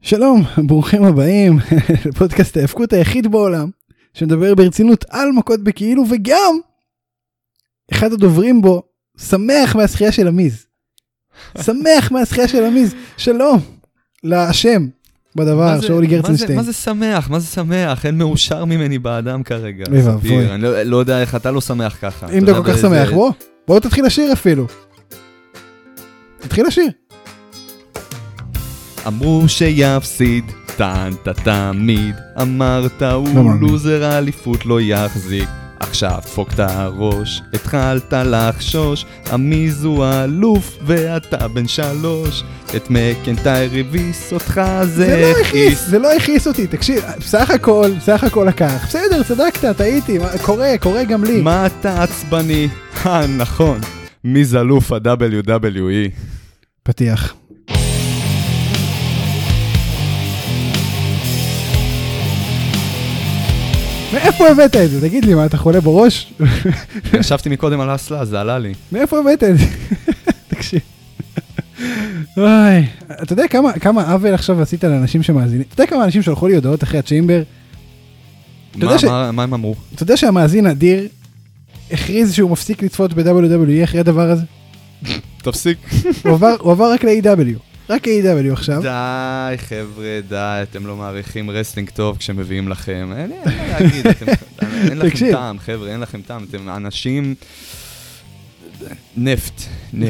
שלום, ברוכים הבאים לפודקאסט ההפקות היחיד בעולם, שמדבר ברצינות על מכות בכאילו, וגם אחד הדוברים בו שמח מהשחייה של המיז. שמח מהשחייה של המיז. שלום לשם בדבר, שאולי גרצנשטיין. מה זה שמח? מה זה שמח? אין מאושר ממני באדם כרגע. ספיר, אני לא יודע איך אתה לא שמח ככה. אם אתה כל כך שמח, בוא תתחיל לשיר אפילו. תתחיל לשיר. אמרו שיפסיד, טענת תמיד, אמרת הוא לוזר, האליפות לא יחזיק. עכשיו פוק את הראש, התחלת לחשוש, המיז הוא אלוף ואתה בן 3, את מקנטייר הביס אותך, זה הכיס. זה לא הכיס אותי, תקשיב, סך הכל לקח. בסדר, צדקת, טעיתי, קורה גם לי. מה אתה עצבני? נכון, מיז אלוף ה-WWE. פתיח. מאיפה הבאת את זה? תגיד לי, מה, אתה חולה בראש? ישבתי מקודם על האסלה, זה עלה לי. מאיפה הבאת את זה? תקשיב. וואי, אתה יודע כמה עוול עכשיו עשית לאנשים שמאזינים? אתה יודע כמה אנשים שלחו לי הודעות אחרי הצ'יימבר? מה הם אמרו? אתה יודע שהמאזין אדיר הכריז שהוא מפסיק לצפות ב-WWE אחרי הדבר הזה? תפסיק. הוא עבר רק ל-AW. רק AW עכשיו. די חבר'ה, די, אתם לא מעריכים רסלינג טוב כשמביאים לכם. אין מה להגיד, אין לכם טעם, חבר'ה, אין לכם טעם. אתם אנשים... נפט.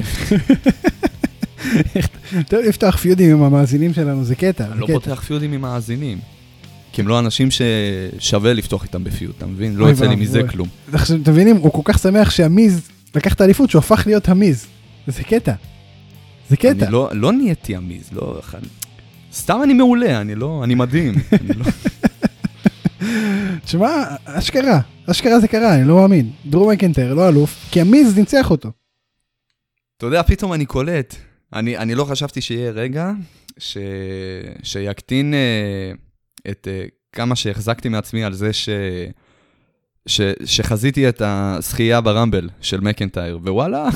טוב, לפתוח פיודים עם המאזינים שלנו, זה קטע. אני לא פותח פיודים עם המאזינים. כי הם לא אנשים ששווה לפתוח איתם בפיוד, אתה מבין? לא יוצא לי מזה כלום. אתם מבינים, הוא כל כך שמח שהמיז לקח את האליפות, שהוא הפך להיות המיז. זה קטע. זה קטע. אני לא נהייתי המיז, לא... סתם אני מעולה, אני מדהים. תשמע, אשכרה זה קרה, אני לא מאמין. דרו מקנטייר, לא אלוף, כי המיז ניצח אותו. אתה יודע, פתאום אני קולט. אני לא חשבתי שיהיה רגע שיקטין את כמה שהחזקתי מעצמי על זה שחזיתי את השחייה ברמבל של מקנטייר, ווואלה,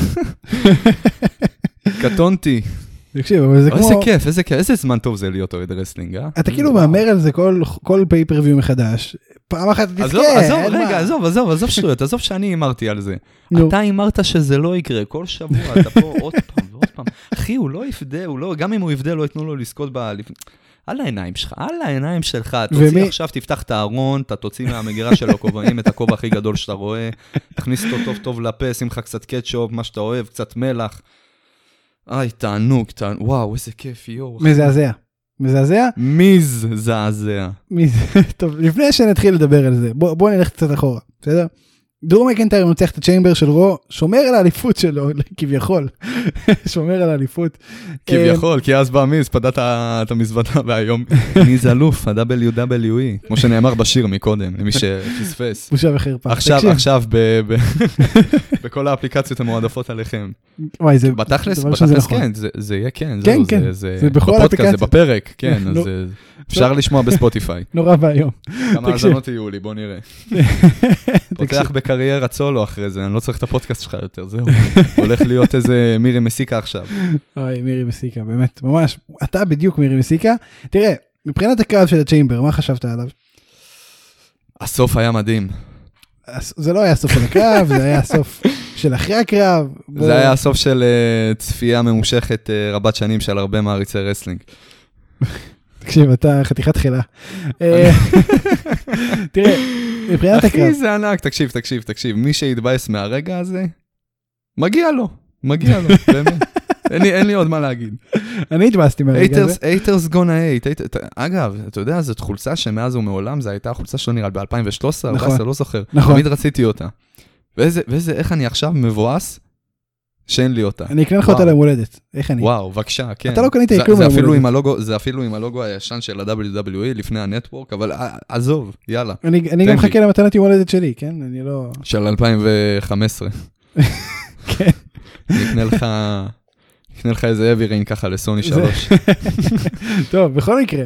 קטונתי. תקשיב, אבל זה כמו... איזה כיף, איזה זמן טוב זה להיות אוהד רסלינג, אה? אתה כאילו מאמר על זה כל פייפריוויו מחדש. פעם אחת תזכה. עזוב שטויות, עזוב שאני אמרתי על זה. אתה אמרת שזה לא יקרה, כל שבוע אתה פה עוד פעם ועוד פעם. אחי, הוא לא יפדה, גם אם הוא יפדה, לא יתנו לו לזכות על העיניים שלך, על העיניים שלך, תוציא עכשיו, תפתח את הארון, אתה תוציא מהמגירה שלו כובעים, את הכובע הכי גדול שאתה רואה, תכניס אותו טוב טוב לפה, שים לך קצת קטשופ, מה שאתה אוהב, קצת מלח. תענוג, וואו, איזה כיף, יור. מזעזע? מיז זעזע. טוב, לפני שנתחיל לדבר על זה, בוא נלך קצת אחורה, בסדר? דרו מקנטייר מנצח את הצ'יימבר של רו, שומר על האליפות שלו, כביכול. שומר על האליפות. כביכול, כי אז בא מיז, פדעת את המזוודה, והיום מיז אלוף, ה-WWE, כמו שנאמר בשיר מקודם, למי שפספס. בושה וחרפה. עכשיו, בכל האפליקציות המועדפות עליכם. וואי, זה... בתכלס, כן, זה יהיה כן. כן. זה בכל האפליקציות. זה בפרק, כן, אז אפשר לשמוע בספוטיפיי. נורא והיום. כמה האזנות יהיו לי, בוא נראה. פותח בקריירת סולו אחרי זה, אני לא צריך את הפודקאסט שלך יותר, זהו. הולך להיות איזה מירי מסיקה עכשיו. אוי, מירי מסיקה, באמת, ממש. אתה בדיוק מירי מסיקה. תראה, מבחינת הקרב של הצ'יימבר, מה חשבת עליו? הסוף היה מדהים. זה לא היה הסוף של הקרב, זה היה הסוף של אחרי הקרב. זה היה הסוף של צפייה ממושכת רבת שנים של הרבה מעריצי רסלינג. תקשיב, אתה חתיכת חילה. תראה, מבחינת הקרב. אחי, זה ענק, תקשיב. מי שהתבאס מהרגע הזה, מגיע לו, באמת. אין לי עוד מה להגיד. אני התבאסתי מהרגע הזה. haters gonna hate. אגב, אתה יודע, זאת חולצה שמאז ומעולם, זו הייתה חולצה שלא נראה ב-2013, לא זוכר. תמיד רציתי אותה. ואיזה, איך אני עכשיו מבואס, שאין לי אותה. אני אקנה לך אותה למולדת. איך אני? וואו, בבקשה, כן. אתה לא קנית כלום למולדת. זה אפילו עם הלוגו הישן של ה-WWE לפני הנטוורק, אבל עזוב, יאללה. אני גם מחכה למתנת יום הולדת שלי, כן? אני לא... של 2015. כן. אני אקנה לך איזה heavy rain ככה לסוני 3. טוב, בכל מקרה.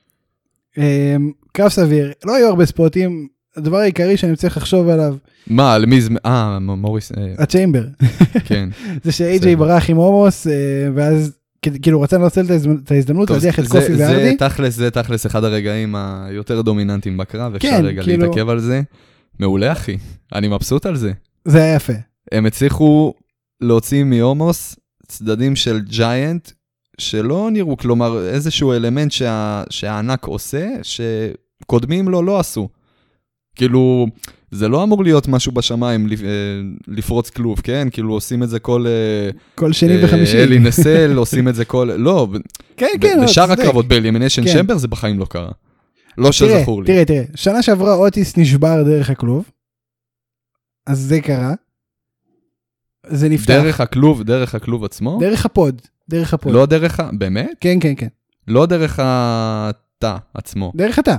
קרב סביר. לא היו הרבה ספוטים. הדבר העיקרי שאני צריך לחשוב עליו. מה, למי זה? מוריס. הצ'יימבר. כן. זה ש-AJ ברח עם הומוס, ואז כאילו הוא רצה לנצל את ההזדמנות, להדיח את קופי וארדי. זה תכלס אחד הרגעים היותר דומיננטיים בקרב, אפשר רגע להתעכב על זה. מעולה אחי, אני מבסוט על זה. זה היה יפה. הם הצליחו להוציא מאומוס צדדים של ג'יינט, שלא נראו, כלומר איזשהו אלמנט שהענק עושה, שקודמים לו לא עשו. כאילו, זה לא אמור להיות משהו בשמיים, לפרוץ כלוב, כן? כאילו עושים את זה כל שני וחמישי. אלי נסל, עושים את זה לא, כן, כן. בשאר הקרבות באלימיניישן צ'מבר זה בחיים לא קרה. לא שזכור לי. תראה, שנה שעברה אוטיס נשבר דרך הכלוב, אז זה קרה. זה נפתח. דרך הכלוב עצמו? דרך הפוד. לא דרך באמת? כן, כן, כן. לא דרך התא עצמו. דרך התא.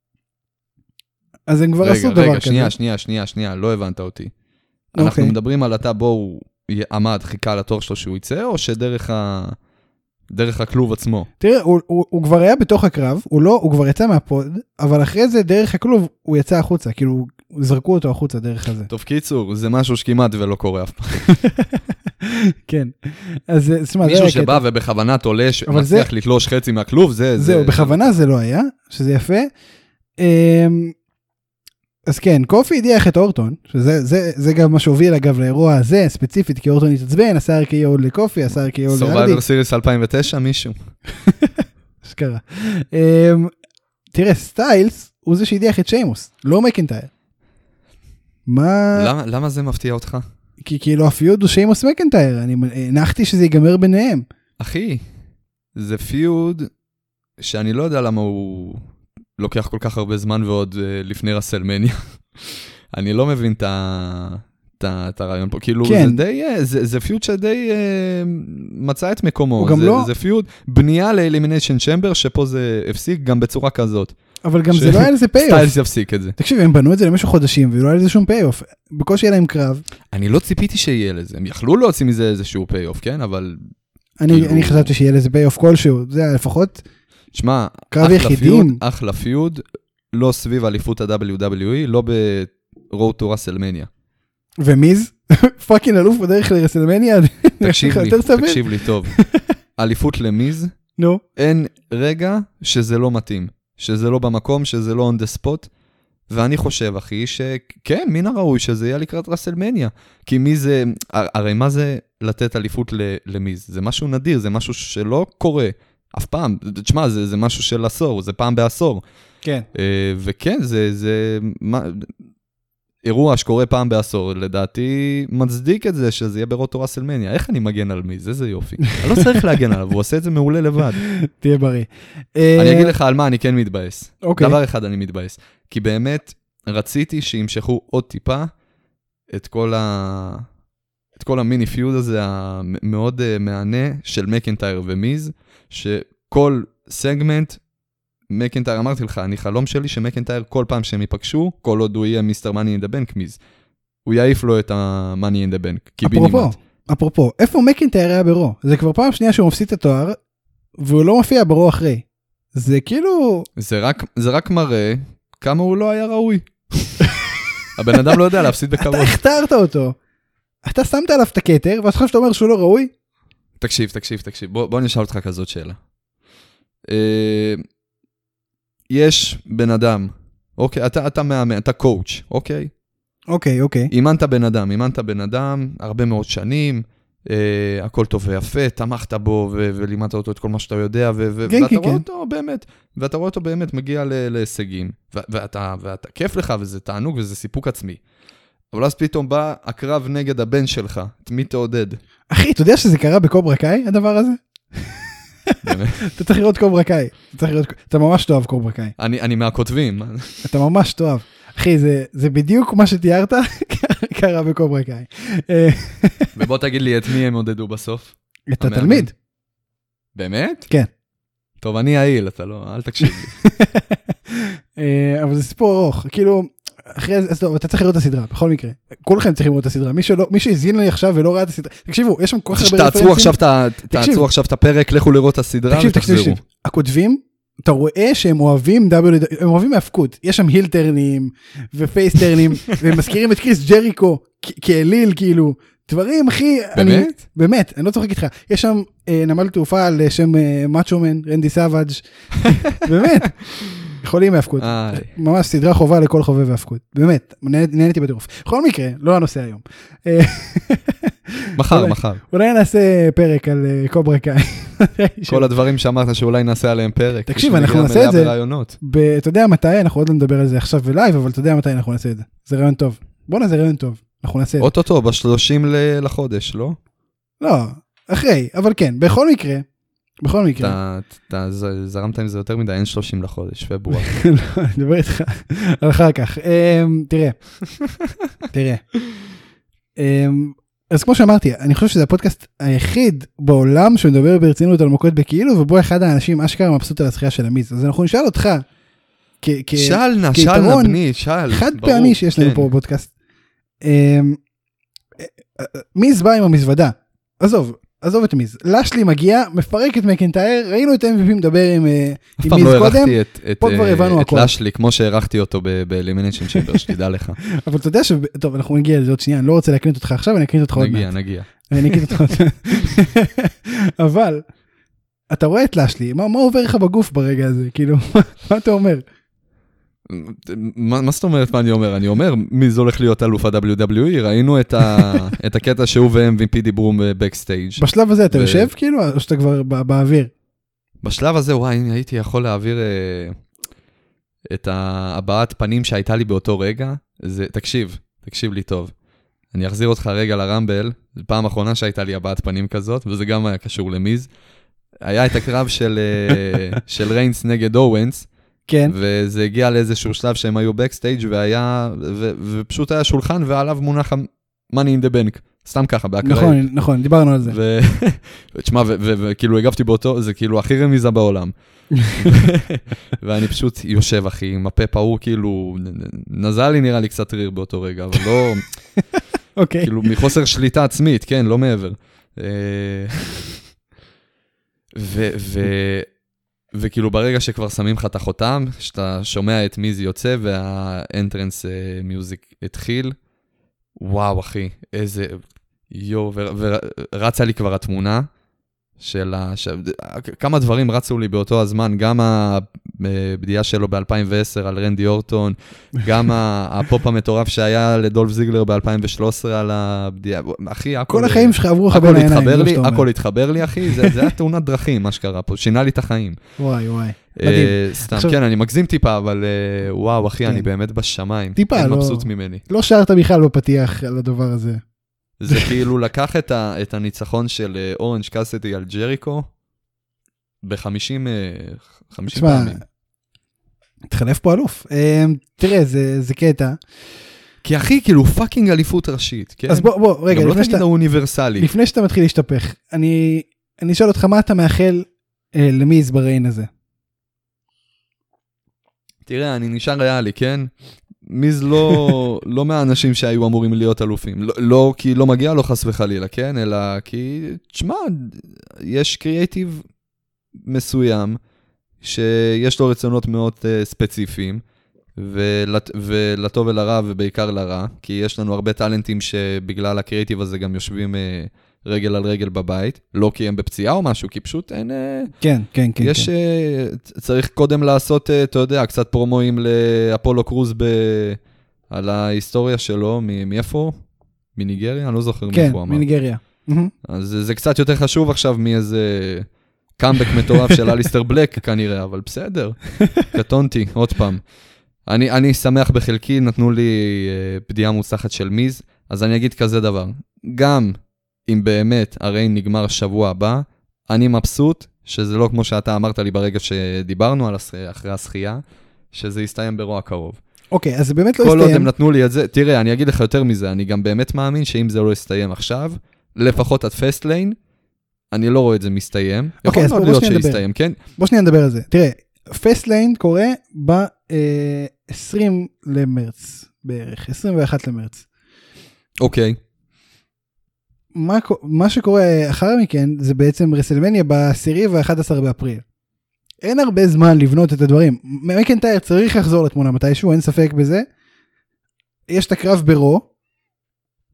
אז הם כבר עשו דבר כזה. רגע, שנייה, לא הבנת אותי. אנחנו מדברים על התא בו הוא עמד, חיכה לתור שלו שהוא יצא, או שדרך הכלוב עצמו? תראה, הוא כבר היה בתוך הקרב, הוא כבר יצא מהפוד, אבל אחרי זה דרך הכלוב הוא יצא החוצה, כאילו זרקו אותו החוצה דרך הזה. טוב, קיצור, זה משהו שכמעט ולא קורה אף פעם. כן. אז מישהו שבא ובכוונה תולש, מצליח לתלוש חצי מהכלוב, זהו, בכוונה זה לא היה, שזה יפה. אז כן, קופי הדיח את אורטון, שזה גם מה שהוביל אגב לאירוע הזה, ספציפית, כי אורטון התעצבן, עשה RKO לקופי, עשה RKO לארדי. Survivor Series 2009, מישהו. שקרה. תראה, סטיילס הוא זה שהדיח את שיימוס, לא מקנטייר. למה זה מפתיע אותך? כי כאילו הפיוד הוא שיימוס מקנטייר, אני הנחתי שזה ייגמר ביניהם. אחי, זה פיוד שאני לא יודע למה הוא לוקח כל כך הרבה זמן ועוד לפני רסלמניה. אני לא מבין את הרעיון פה. כאילו זה פיוד שדי מצא את מקומו. זה פיוד בנייה לאלימיניישן צ'מבר, שפה זה הפסיק גם בצורה כזאת. אבל גם זה לא היה לזה פי-אוף. סטיילס יפסיק את זה. תקשיב, הם בנו את זה למשהו חודשים, ולא היה לזה שום פי-אוף. בקושי היה להם קרב. אני לא ציפיתי שיהיה לזה. הם יכלו להוציא מזה איזשהו פי-אוף, כן? אבל... אני חשבתי שיהיה לזה פי-אוף כלשהו. זה היה לפחות... תשמע, אחלה פיוד, לא סביב אליפות ה-WWE, לא ב-Road to WrestleMania. ומיז? פאקינג אלוף בדרך לרסלמניה? תקשיב לי טוב. אליפות למיז, אין רגע שזה לא מתאים. שזה לא במקום, שזה לא on the spot, ואני חושב, אחי, שכן, מן הראוי שזה יהיה לקראת רסלמניה, כי מי זה, הרי מה זה לתת אליפות למיז? זה משהו נדיר, זה משהו שלא קורה אף פעם, תשמע, זה משהו של עשור, זה פעם בעשור. כן. וכן, זה אירוע שקורה פעם בעשור, לדעתי מצדיק את זה שזה יהיה ברוטו רסלמניה. איך אני מגן על מיז? איזה יופי. אני לא צריך להגן עליו, הוא עושה את זה מעולה לבד. תהיה בריא. אני אגיד לך על מה אני כן מתבאס. דבר אחד אני מתבאס. כי באמת רציתי שימשכו עוד טיפה את כל המיני פיוד הזה המאוד מענה של מקנטייר ומיז, שכל סגמנט מקנטייר, אמרתי לך, אני חלום שלי שמקנטייר כל פעם שהם ייפגשו, כל עוד הוא יהיה מיסטר מאני אין דה בנק מיז, הוא יעיף לו את המאני אין דה בנק, אפרופו, איפה מקנטייר היה ברו? זה כבר פעם שנייה שהוא מפסיד את התואר, והוא לא מופיע ברו אחרי. זה כאילו... זה רק מראה כמה הוא לא היה ראוי. הבן אדם לא יודע להפסיד בכבוד. אתה הכתרת אותו. אתה שמת עליו את הכתר, ואז חושב שאתה אומר שהוא לא ראוי? תקשיב. בוא נשאל אותך כזאת שאלה. יש בן אדם, אוקיי, אתה מאמן, אתה קואוץ', אוקיי? אוקיי. אימנת בן אדם, הרבה מאוד שנים, הכל טוב ויפה, תמכת בו ולימדת אותו את כל מה שאתה יודע, ואתה רואה אותו באמת מגיע להישגים, ואתה כיף לך, וזה תענוג, וזה סיפוק עצמי. אבל אז פתאום בא הקרב נגד הבן שלך, את מי תעודד? אחי, אתה יודע שזה קרה בקוברה קאי, הדבר הזה? אתה צריך לראות קוברה קאי. אתה ממש תאהב קוברה קאי. אני מהכותבים. אתה ממש תאהב. אחי, זה בדיוק מה שתיארת, קרה בקוברה קאי. ובוא תגיד לי את מי הם עודדו בסוף. את התלמיד. באמת? כן. טוב, אני העיל, אתה לא, אל תקשיב לי. אבל זה סיפור ארוך, כאילו... אחרי זה, טוב, אתה צריך לראות את הסדרה, בכל מקרה. כולכם צריכים לראות את הסדרה. מי שהזין לי עכשיו ולא ראה את הסדרה, תקשיבו, יש שם כל כך הרבה רפרנסים. תעצרו עכשיו את הפרק, לכו לראות את הסדרה ותחזרו. הכותבים, אתה רואה שהם אוהבים הם אוהבים מהפקות. יש שם הילטרנים ופייסטרנים, והם מזכירים את קריס ג'ריקו כאליל, כאילו. דברים, אחי, באמת? באמת, אני לא צוחק איתך. יש שם נמל תעופה על שם מאצ'ומן, רנדי סאבאג', באמת. יכולים מהפקות. ממש סדרה חובה לכל חובב והפקות. באמת, נהניתי בטירוף. בכל מקרה, לא הנושא היום. מחר. אולי נעשה פרק על קוברה קאי. כל הדברים שאמרת שאולי נעשה עליהם פרק. תקשיב, אנחנו נעשה את זה. אתה יודע מתי, אנחנו עוד לא נדבר על זה עכשיו בלייב, אבל אתה יודע מתי אנחנו נעשה את זה. זה רעיון טוב. בוא זה רעיון טוב. אנחנו נעשה את זה. אוטוטו, ב-30 לחודש, לא? לא, אחרי, אבל כן, בכל מקרה. אתה זרמת עם זה יותר מדי, אין 30 לחודש, פברואר. לא, אני מדבר איתך על אחר כך. תראה. אז כמו שאמרתי, אני חושב שזה הפודקאסט היחיד בעולם שמדבר ברצינות על מכות בכאילו, ובו אחד האנשים אשכרה מבסוט על הזכייה של המיז. אז אנחנו נשאל אותך, שאל בני, שאל. חד פעמי שיש לנו פה בפודקאסט. מיז בא עם המזוודה. עזוב את מיז. לשלי מגיע, מפרק את מקינטייר, ראינו את MVP מדבר עם מיז קודם, פה כבר הבנו הכל. את לשלי, כמו שהערכתי אותו באלימיניישן צ'יימבר, שתדע לך. אבל אתה יודע טוב, אנחנו נגיע לזה עוד שנייה, אני לא רוצה להקנית אותך עכשיו, אני אקנית אותך עוד מעט. נגיע. אני אקנית אותך עוד מעט. אבל, אתה רואה את לשלי, מה עובר לך בגוף ברגע הזה? כאילו, מה אתה אומר? מה זאת אומרת מה אני אומר? אני אומר, מי זה הולך להיות אלוף ה-WWE? ראינו את הקטע שהוא ו-MVP דיברו בבקסטייג'. בשלב הזה אתה יושב כאילו, או שאתה כבר באוויר? בשלב הזה, וואי, הייתי יכול להעביר את הבעת פנים שהייתה לי באותו רגע. תקשיב לי טוב. אני אחזיר אותך רגע לרמבל, זו פעם אחרונה שהייתה לי הבעת פנים כזאת, וזה גם היה קשור למיז. היה את הקרב של ריינס נגד אורנס, כן. וזה הגיע לאיזשהו שלב שהם היו בקסטייג' ופשוט היה שולחן ועליו מונח money in the bank, סתם ככה, באקראית. נכון, דיברנו על זה. תשמע, וכאילו הגבתי באותו, זה כאילו הכי רמיזה בעולם. ואני פשוט יושב, אחי, עם הפה פעור, כאילו, נזל לי נראה לי קצת ריר באותו רגע, אבל לא, כאילו, מחוסר שליטה עצמית, כן, לא מעבר. וכאילו ברגע שכבר שמים לך את החותם, שאתה שומע את מיז יוצא והאנטרנס מיוזיק התחיל, וואו אחי, איזה ורצה לי כבר התמונה של כמה דברים רצו לי באותו הזמן, גם הבדיעה שלו ב-2010 על רנדי אורטון, גם הפופ המטורף שהיה לדולף זיגלר ב-2013 על הבדיעה, אחי, כל החיים שלך עברו לך בין העיניים. הכל התחבר לי, אחי, זה היה תאונת דרכים, מה שקרה פה, שינה לי את החיים. וואי, מדהים. סתם, כן, אני מגזים טיפה, אבל וואו, אחי, אני באמת בשמיים. טיפה, אין מבסוט ממני. לא שרת בכלל בפתיח על הדבר הזה. זה כאילו לקח את הניצחון של אורנג' קאסידי על ג'ריקו ב-50 פעמים. התחלף פה אלוף. תראה, זה קטע. כי אחי, כאילו פאקינג אליפות ראשית, כן? אז בוא, רגע. גם לא תגיד האוניברסלי. לפני שאתה מתחיל להשתפך, אני אשאל אותך מה אתה מאחל למיז בריין הזה. תראה, אני נשאר ריאלי, כן? מיז לא מהאנשים שהיו אמורים להיות אלופים. לא כי לא מגיע לו חס וחלילה, כן? אלא כי, תשמע, יש קריאטיב מסוים שיש לו רצונות מאוד ספציפיים, ולטוב ולרע ובעיקר לרע, כי יש לנו הרבה טלנטים שבגלל הקריאטיב הזה גם יושבים רגל על רגל בבית, לא כי הם בפציעה או משהו, כי פשוט אין... כן. יש... צריך קודם לעשות, אתה יודע, קצת פרומואים לאפולו קרוז על ההיסטוריה שלו, מאיפה? מניגריה? אני לא זוכר מאיפה אמר. כן, מניגריה. אז זה קצת יותר חשוב עכשיו מאיזה קאמבק מטורף של אליסטר בלק כנראה, אבל בסדר. קטונתי, עוד פעם. אני שמח בחלקי, נתנו לי פדיעה מוצלחת של מיז, אז אני אגיד כזה דבר. גם אם באמת הריין נגמר שבוע הבא, אני מבסוט שזה לא כמו שאתה אמרת לי ברגע שדיברנו על אחרי השחייה, שזה יסתיים ברוע קרוב. אוקיי, אז זה באמת לא יסתיים. יסתיים. כל עוד הם נתנו לי את זה, תראה, אני אגיד לך יותר מזה, אני גם באמת מאמין שאם זה לא יסתיים עכשיו, לפחות עד פסט ליין, אני לא רואה את זה מסתיים. אוקיי, אז בוא שניה נדבר. כן? בוא שניה נדבר על זה. תראה, פסט ליין קורה ב-20 למרץ בערך, 21 למרץ. אוקיי. מה שקורה אחר מכן, זה בעצם רסלמניה ב10 ו-11 באפריל. אין הרבה זמן לבנות את הדברים. מקינטייר צריך לחזור לתמונה מתישהו, אין ספק בזה. יש את הקרב ברו,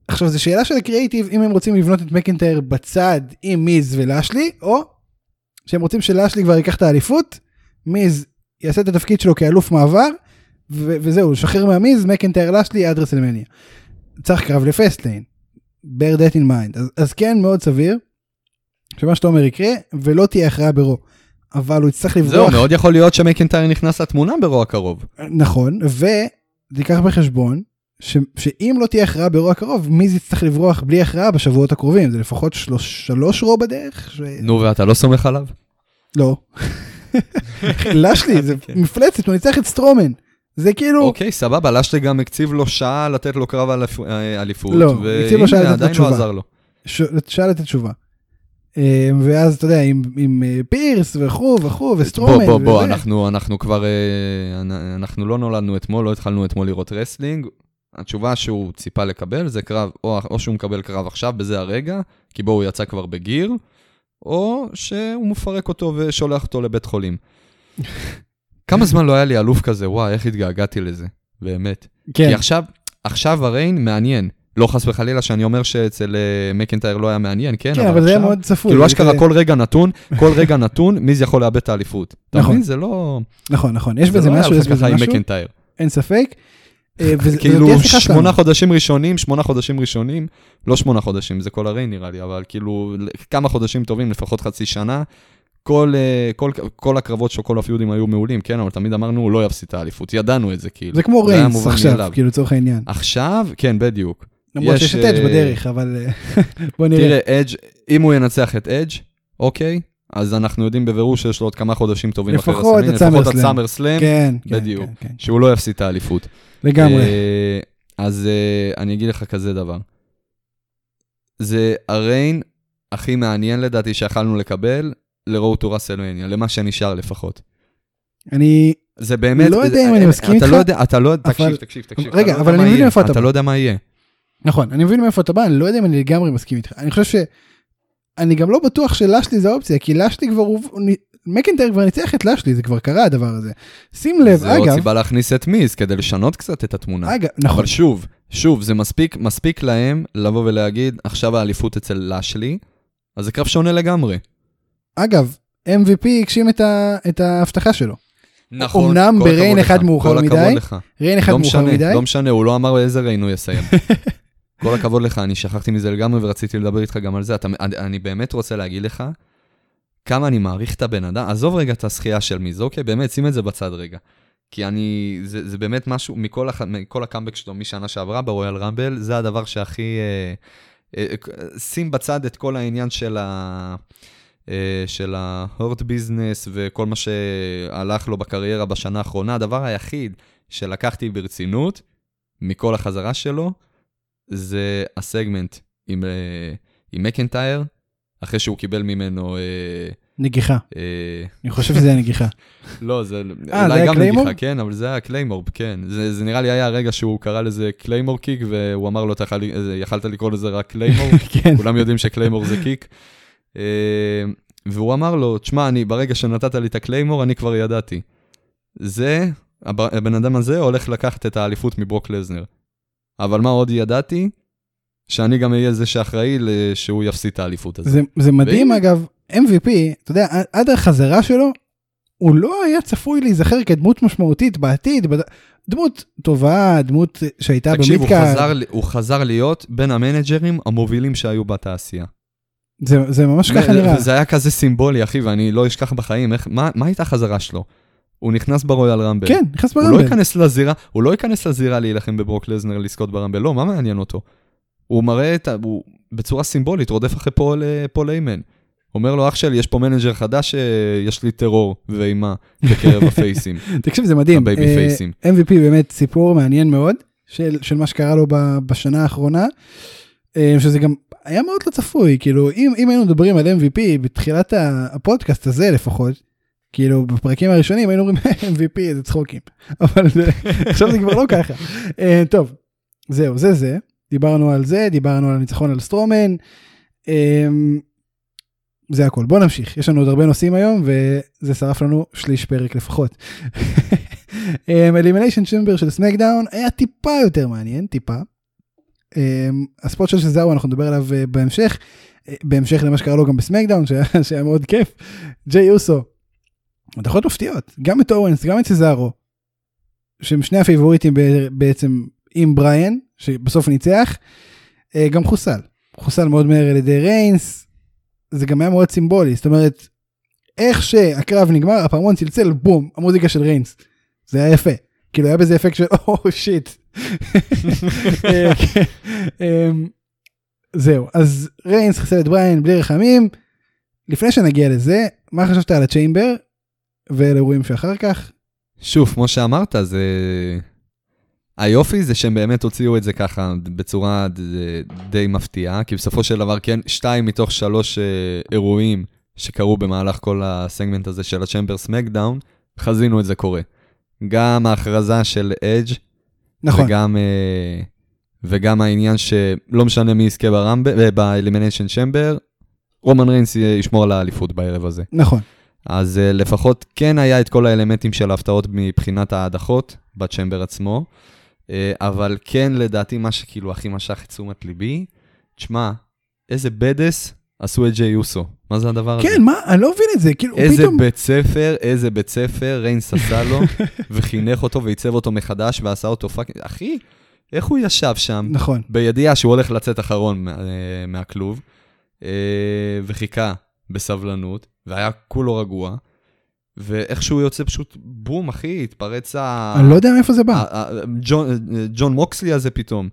עכשיו, זו שאלה של הקריאיטיב, אם הם רוצים לבנות את מקינטייר בצד עם מיז ולאשלי, או שהם רוצים שלאשלי כבר ייקח את האליפות, מיז יעשה את התפקיד שלו כאלוף מעבר, וזהו, שחרר מהמיז, מקינטייר לאשלי עד רסלמניה. צריך קרב לפסטליין, bear that in mind. אז כן, מאוד סביר, שמה שאתה אומר יקרה, ולא תהיה הכרעה ברו. אבל הוא יצטרך לברוח. זהו, מאוד יכול להיות שמקינטייר נכנס לתמונה ברוע הקרוב. נכון, ותיקח בחשבון, שאם לא תהיה הכרעה ברוע הקרוב, מיז יצטרך לברוח בלי הכרעה בשבועות הקרובים. זה לפחות 3 רו בדרך. נו, ואתה לא סומך עליו? לא. לשלי, זה מפלצת, הוא ניצח את סטרומן. זה כאילו... אוקיי, סבבה, לשלי גם הקציב לו שעה לתת לו קרב על אליפות. לא, הקציב לו שעה לתת עדיין לא עזר לו. שעה לתת תשובה. ואז אתה יודע, עם פירס וכו' וסטרומן. בוא, אנחנו כבר, אנחנו לא נולדנו אתמול, לא התחלנו אתמול לראות רסלינג. התשובה שהוא ציפה לקבל זה קרב, או שהוא מקבל קרב עכשיו בזה הרגע, כי בו הוא יצא כבר בגיר, או שהוא מפרק אותו ושולח אותו לבית חולים. כמה זמן לא היה לי אלוף כזה, וואי, איך התגעגעתי לזה, באמת. כי עכשיו הריין מעניין. לא חס וחלילה שאני אומר שאצל מקינטייר לא היה מעניין, כן? כן, אבל זה היה מאוד צפוי. כאילו אשכרה כל רגע נתון, מיז יכול לאבד את האליפות. אתה מבין? זה לא... נכון. יש בזה משהו, אין ספק. כאילו 8 חודשים ראשונים, לא 8 חודשים, זה כל הריין נראה לי, אבל כאילו כמה חודשים טובים, לפחות חצי שנה, כל הקרבות של כל הפיודים היו מעולים, כן, אבל תמיד אמרנו, הוא לא יפסיד את האליפות, ידענו את זה כאילו. זה כמו ריינס עכשיו, כאילו צורך העניין. עכשיו, כן, בדיוק. למרות שיש את אדג' בדרך, אבל בוא נראה. תראה, אדג', אם הוא ינצח את אדג', אוקיי, אז אנחנו יודעים בבירור שיש לו עוד כמה חודשים טובים אחרי רסלמניה, לפחות את סאמר סלאם, בדיוק, שהוא לא יפסיד את האליפות. לגמרי. אז אני אגיד לך כזה דבר. זה הריין הכי מעניין לדעתי שיכלנו לקבל לראות טו רסלמניה, למה שנשאר לפחות. אני זה באמת, לא יודע אם אני מסכים איתך. אתה לא יודע, תקשיב. רגע, אבל אני מבין מאיפה אתה בא. אתה לא יודע מה יהיה. נכון, אני מבין מאיפה אתה בא, אני לא יודע אם אני לגמרי מסכים איתך. אני חושב שאני גם לא בטוח שלאשלי זה האופציה, כי לאשלי כבר, מקינטייר כבר ניצח את לאשלי, זה כבר קרה הדבר הזה. שים לב, זה עוד סיבה להכניס את מיז, כדי לשנות קצת את התמונה. נכון. אבל שוב, זה מספיק להם לבוא ולהגיד, עכשיו האליפות אצל לאשלי, אז זה קרב שונה לגמרי. אגב, MVP הגשים את ההבטחה שלו. נכון. אמנם בריין אחד מאוחר מדי. ריין אחד מאוחר מדי. לא משנה, הוא לא אמר איזה ריין הוא יסיים. כל הכבוד לך, אני שכחתי מזה לגמרי ורציתי לדבר איתך גם על זה. אני באמת רוצה להגיד לך כמה אני מעריך את הבן אדם. עזוב רגע את השחייה של מיז, אוקיי? באמת, שים את זה בצד רגע. כי זה באמת משהו, מכל הקאמבק שלו משנה שעברה ברויאל רמבל, זה הדבר שהכי... שים בצד את כל העניין של ההורט ביזנס וכל מה שהלך לו בקריירה בשנה האחרונה. הדבר היחיד שלקחתי ברצינות מכל החזרה שלו, זה הסגמנט עם מקינטייר, אחרי שהוא קיבל ממנו... נגיחה. אני חושב שזה היה נגיחה. לא, זה אולי גם נגיחה, כן, אבל זה היה קליימור, כן. זה נראה לי היה הרגע שהוא קרא לזה קליימור קיק, והוא אמר לו, יכלת לקרוא לזה רק קליימור, כולם יודעים שקליימור זה קיק. והוא אמר לו, תשמע, ברגע שנתת לי את הקליימור, אני כבר ידעתי. הבן אדם הזה הולך לקחת את האליפות מברוק לזנר. אבל מה עוד ידעתי? שאני גם אהיה זה שאחראי שהוא יפסיד את האליפות הזה. זה מדהים, אגב, MVP, אתה יודע, עד החזרה שלו, הוא לא היה צפוי להיזכר כדמות משמעותית בעתיד, דמות טובה, דמות שהייתה במידקארד. תקשיב, הוא חזר להיות בין המנג'רים המובילים שהיו בתעשייה. זה ממש ככה נראה. וזה היה כזה סימבולי, אחי, ואני לא אשכח בחיים, מה הייתה החזרה שלו? הוא נכנס ברויאל רמבל. כן, נכנס ברמבל. הוא לא ייכנס לזירה להילחם בברוק לזנר לזכות ברמבל, לא, מה מעניין אותו? הוא מראה הוא בצורה סימבולית, רודף אחרי פול איימן. אומר לו, אח שלי, יש פה מנג'ר חדש שיש לי טרור ואימה בקרב הפייסים. תקשיב, זה מדהים. הבייבי פייסים. MVP באמת סיפור מעניין מאוד, של מה שקרה לו בשנה האחרונה, שזה גם היה מאוד לא צפוי, כאילו, אם היינו מדברים על MVP בתחילת הפודקאסט הזה לפחות, כאילו, בפרקים הראשונים היינו אומרים MVP, זה צחוקים. אבל עכשיו זה כבר לא ככה. טוב, זהו, זה. דיברנו על זה, דיברנו על הניצחון על סטרומן, זה הכל. בוא נמשיך, יש לנו עוד הרבה נושאים היום, וזה שרף לנו שליש פרק לפחות. Elimination Chamber של סמקדאון היה טיפה יותר מעניין, טיפה. הספוט של סזארו אנחנו נדבר עליו בהמשך למה שקרה לו גם בסמקדאון, שהיה מאוד כיף. ג'יי יוסו, הדחות מפתיעות, גם את אורנס, גם את סזארו, שהם שני הפייבוריטים בעצם עם בריין, שבסוף ניצח, גם חוסל מאוד מהר על ידי ריינס, זה גם היה מאוד סימבולי, זאת אומרת, איך שהקרב נגמר, הפעמון צלצל, בום, המוזיקה של ריינס, זה היה יפה, כאילו היה בזה אפקט של, שיט. זהו, אז ריינס חסל את בריין בלי רחמים. לפני שנגיע לזה, מה חשבת על הצ'יימבר ולאירועים שאחר כך? שוב, כמו שאמרת, זה היופי זה שהם באמת הוציאו את זה ככה בצורה די מפתיעה, כי בסופו של דבר כן, 2 מתוך 3 אירועים שקרו במהלך כל הסגמנט הזה של הצ'יימבר סמקדאון, חזינו את זה קורה. גם ההכרזה של אדג' נכון. וגם העניין שלא משנה מי יזכה באלימיניישן צ'יימבר, רומן ריינס ישמור על האליפות בערב הזה. נכון. אז לפחות כן היה את כל האלמנטים של ההפתעות מבחינת ההדחות בצ'יימבר עצמו, אבל כן לדעתי מה שכאילו הכי משך את תשומת ליבי, תשמע, איזה בדס עשו את ג'יי יוסו. מה זה הדבר הזה? כן, מה? אני לא מבין את זה. כאילו, איזה בית ספר, ריינס עשה לו, וחינך אותו וייצב אותו מחדש, ועשה אותו פאקינג, אחי, איך הוא ישב שם? נכון. בידיעה שהוא הולך לצאת אחרון מהכלוב, וחיכה בסבלנות, והיה כולו רגוע, ואיך שהוא יוצא פשוט, בום, אחי, התפרץ אני לא יודע מאיפה זה בא. ג'ון מוקסלי הזה פתאום.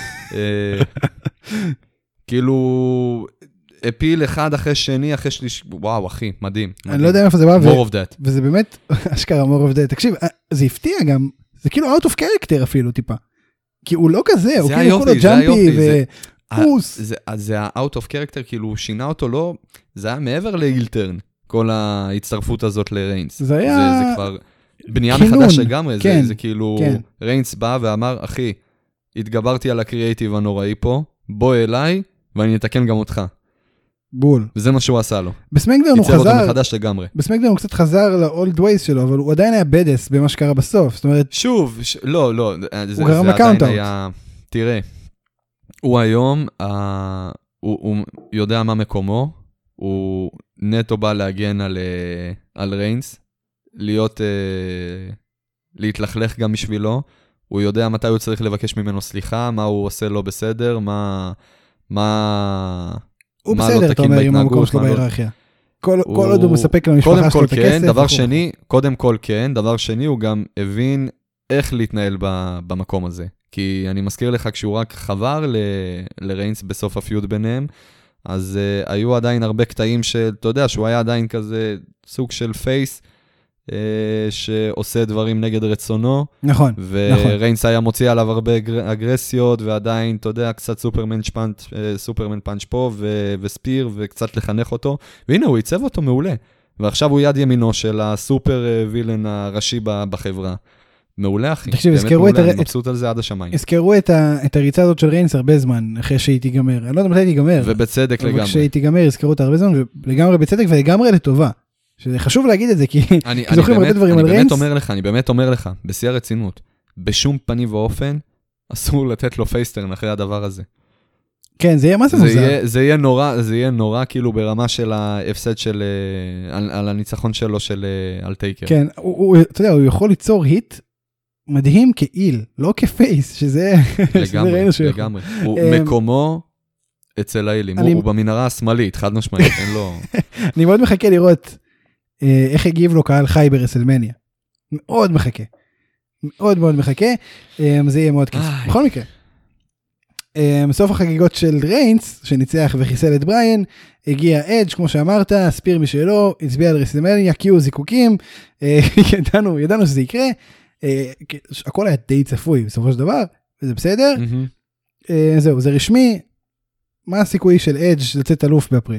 כאילו, הפיל אחד אחרי שני, אחרי שליש, וואו, אחי, מדהים. אני לא יודע מאיפה זה בא. more of that. וזה באמת, אשכרה more of that. תקשיב, זה הפתיע גם, זה כאילו out of character אפילו טיפה. כי הוא לא כזה, הוא כאילו כולו ג'אמפי ופוס. זה ה-out of character, כאילו הוא שינה אותו לא, זה היה מעבר לאילטרן, כל ההצטרפות הזאת לריינס. זה היה... זה כבר בנייה מחדש לגמרי, זה כאילו, ריינס בא ואמר, אחי, התגברתי על הקריאייטיב הנוראי פה, בוא אליי, ואני אתקן גם אותך. בול. וזה מה שהוא עשה לו. בסמקדאון הוא חזר... ייצר אותו מחדש לגמרי. בסמקדאון הוא קצת חזר לאולד ווייז שלו, אבל הוא עדיין היה בדס במה שקרה בסוף. זאת אומרת... שוב, לא. הוא גרם לקאונט-אאוט. תראה, הוא היום, הוא יודע מה מקומו, הוא נטו בא להגן על ריינס, להתלכלך גם בשבילו, הוא יודע מתי הוא צריך לבקש ממנו סליחה, מה הוא עושה לא בסדר, הוא בסדר, אתה אומר, עם המקום שלו בהיררכיה. כל עוד הוא מספק למשפחה שלו את הכסף. קודם כל כן, דבר שני, הוא גם הבין איך להתנהל במקום הזה. כי אני מזכיר לך, כשהוא רק חבר לריינס בסוף הפיוד ביניהם, אז היו עדיין הרבה קטעים שאתה יודע, שהוא היה עדיין כזה סוג של פייס, שעושה דברים נגד רצונו. נכון. וריינס היה מוציא עליו הרבה אגרסיות, ועדיין, אתה יודע, קצת סופרמן פאנץ' פה, וספיר, וקצת לחנך אותו. והנה, הוא ייצב אותו מעולה. ועכשיו הוא יד ימינו של הסופר וילן הראשי בחברה. מעולה, אחי. תקשיב, אני מבסוט על זה עד השמיים. הזכרו את הריצה הזאת של ריינס הרבה זמן, אחרי שהיא תיגמר. אני לא יודע מתי תיגמר. ובצדק לגמרי. כשהיא תיגמר, הזכרו אותה הרבה זמן, ולגמרי בצדק ולגמרי לטובה. שזה חשוב להגיד את זה, כי זוכרים הרבה דברים על ריינס. אני באמת אומר לך, בשיא הרצינות, בשום פנים ואופן, אסור לתת לו פייסטרן אחרי הדבר הזה. כן, זה יהיה מה זה מוזר. זה יהיה נורא כאילו ברמה של ההפסד של, על הניצחון שלו של אלטייקר. כן, אתה יודע, הוא יכול ליצור היט מדהים כאיל, לא כפייס, שזה לגמרי. הוא מקומו אצל האילים, הוא במנהרה השמאלית, חד משמעית, אין לו... אני מאוד מחכה לראות איך הגיב לו קהל חי ברסלמניה. מאוד מחכה. מאוד מאוד מחכה. זה יהיה מאוד כיף. בכל מקרה. בסוף החגיגות של ריינס, שניצח וחיסל את בריין, הגיע אדג' כמו שאמרת, ספיר משלו, הצביע על רסלמניה, קיו זיקוקים, ידענו שזה יקרה, הכל היה די צפוי בסופו של דבר, וזה בסדר. זהו, זה רשמי. מה הסיכוי של אדג' לצאת אלוף באפריל?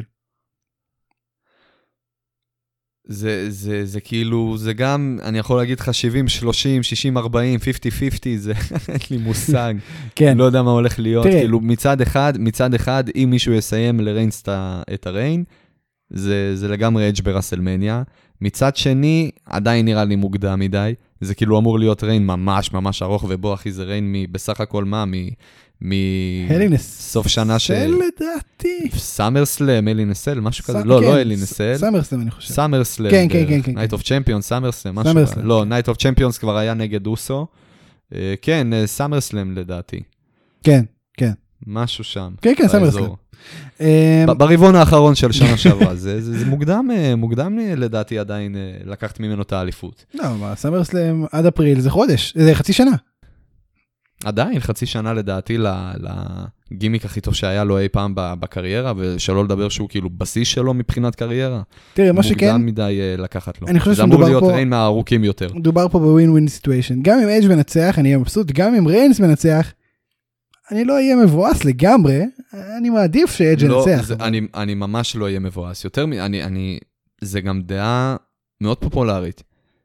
זה כאילו, זה גם, אני יכול להגיד לך 70, 30, 60, 40, 50, 50, זה אין לי מושג. כן. לא יודע מה הולך להיות. כאילו מצד אחד, אם מישהו יסיים לריינס את הריין, זה לגמרי אדג' ברסלמניה. מצד שני, עדיין נראה לי מוקדם מדי. זה כאילו אמור להיות ריין ממש ממש ארוך, ובו אחי זה ריין בסך הכל מה? מסוף שנה לדעתי. סאמר סלאם, אלי נסל, משהו כזה. לא אלי נסל. סאמר סלאם, אני חושב. סאמר סלאם. כן. נייט אוף צ'מפיונס, סאמר סלאם, משהו כזה. לא, נייט אוף צ'מפיונס כבר היה נגד אוסו. כן, סאמר סלאם לדעתי. כן. משהו שם. כן, סאמר סלאם. ברבעון האחרון של שנה שעברה, זה מוקדם לדעתי עדיין לקחת ממנו את האליפות. לא, סאמר סלאם עד אפריל זה חודש, זה חצי שנה. עדיין חצי שנה לדעתי לגימיק הכי טוב שהיה לו אי פעם בקריירה, ושלא לדבר שהוא כאילו בסיס שלו מבחינת קריירה. תראה, מה שכן, מוקדם מדי לקחת לו. אני חושב זה אמור להיות ריין מהארוכים יותר. מדובר פה בווין ווין סיטואשן. גם אם אייג' מנצח, אני אהיה מבסוט, גם אם ריינס מנצח, אני לא אהיה מבואס לגמרי, אני מעדיף שאייג' ינצח. אני ממש לא אהיה מבואס. יותר זה גם דעה מאוד פופולרית.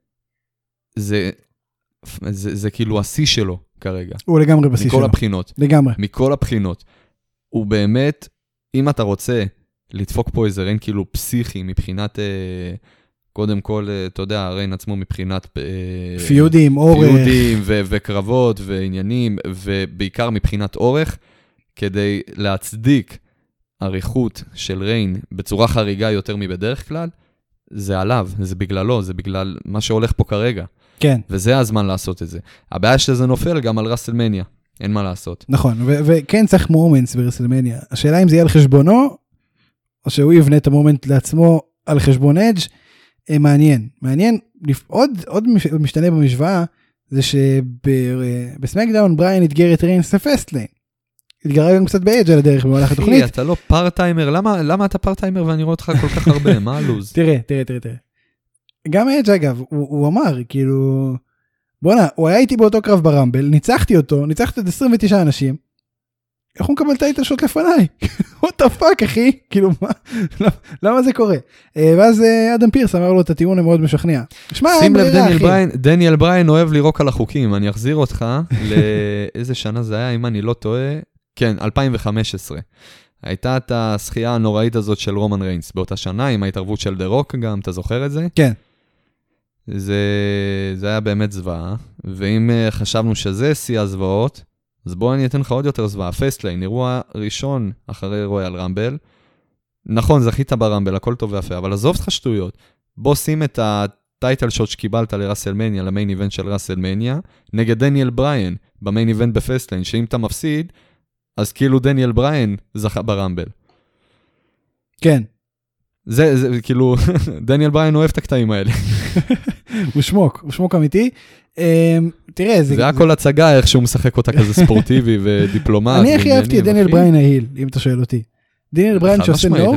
זה כאילו השיא שלו כרגע. הוא לגמרי בשיא שלו. מכל הבחינות. לגמרי. מכל הבחינות. הוא באמת, אם אתה רוצה לדפוק פה איזה ריין כאילו פסיכי מבחינת, קודם כל, אתה יודע, ריין עצמו מבחינת פיודים, אורך. פיודים וקרבות ועניינים, ובעיקר מבחינת אורך, כדי להצדיק עריכות של ריין בצורה חריגה יותר מבדרך כלל, זה עליו, זה בגללו, זה בגלל מה שהולך פה כרגע. כן. וזה הזמן לעשות את זה. הבעיה שזה נופל גם על רסלמניה, אין מה לעשות. נכון, וכן צריך מומנטס ברסלמניה. השאלה אם זה יהיה על חשבונו, או שהוא יבנה את המומנט לעצמו על חשבון אדג', מעניין. עוד משתנה במשוואה, זה שבסמקדאון בריין התגר את ריינס לפסטליין. התגרה גם קצת באדג' על הדרך במהלך התוכנית. אחי, אתה לא פארטיימר, למה אתה פארטיימר ואני רואה אותך כל כך הרבה? מה הלוז? תראה. גם אדג' אגב, הוא אמר, כאילו, בוא'נה, הוא היה איתי באותו קרב ברמבל, ניצחתי את 29 אנשים, איך הוא מקבל את ההתעשות לפניי? what the fuck, אחי? כאילו, למה זה קורה? ואז אדם פירס אמר לו את הטיעון המאוד משכנע. שים לב, דניאל בריין אוהב לירוק על החוקים, אני אחזיר אותך לאיזה שנה זה היה, אם אני לא טועה, כן, 2015. הייתה את השחייה הנוראית הזאת של רומן ריינס באותה שנה, עם ההתערבות של דה רוק גם, אתה זוכר את זה? כן. זה היה באמת זוועה, ואם חשבנו שזה שיא הזוועות, אז בוא אני אתן לך עוד יותר זוועה. פסטליין, אירוע ראשון אחרי רויאל רמבל. נכון, זכית ברמבל, הכל טוב ויפה, אבל עזוב לך שטויות. בוא שים את הטייטל שוט שקיבלת לרסלמניה, למיין איבנט של רסלמניה, נגד דניאל בריין, במיין איבנט בפסטליין, שאם אתה מפסיד, אז כאילו דניאל בריין זכה ברמבל. כן. זה כאילו, דניאל בריין אוהב את הקטעים האלה. הוא שמוק אמיתי. תראה, זה היה כל הצגה, איך שהוא משחק אותה כזה ספורטיבי ודיפלומט. אני הכי אהבתי את דניאל בריין ההיל, אם אתה שואל אותי. דניאל בריין שעושה נו,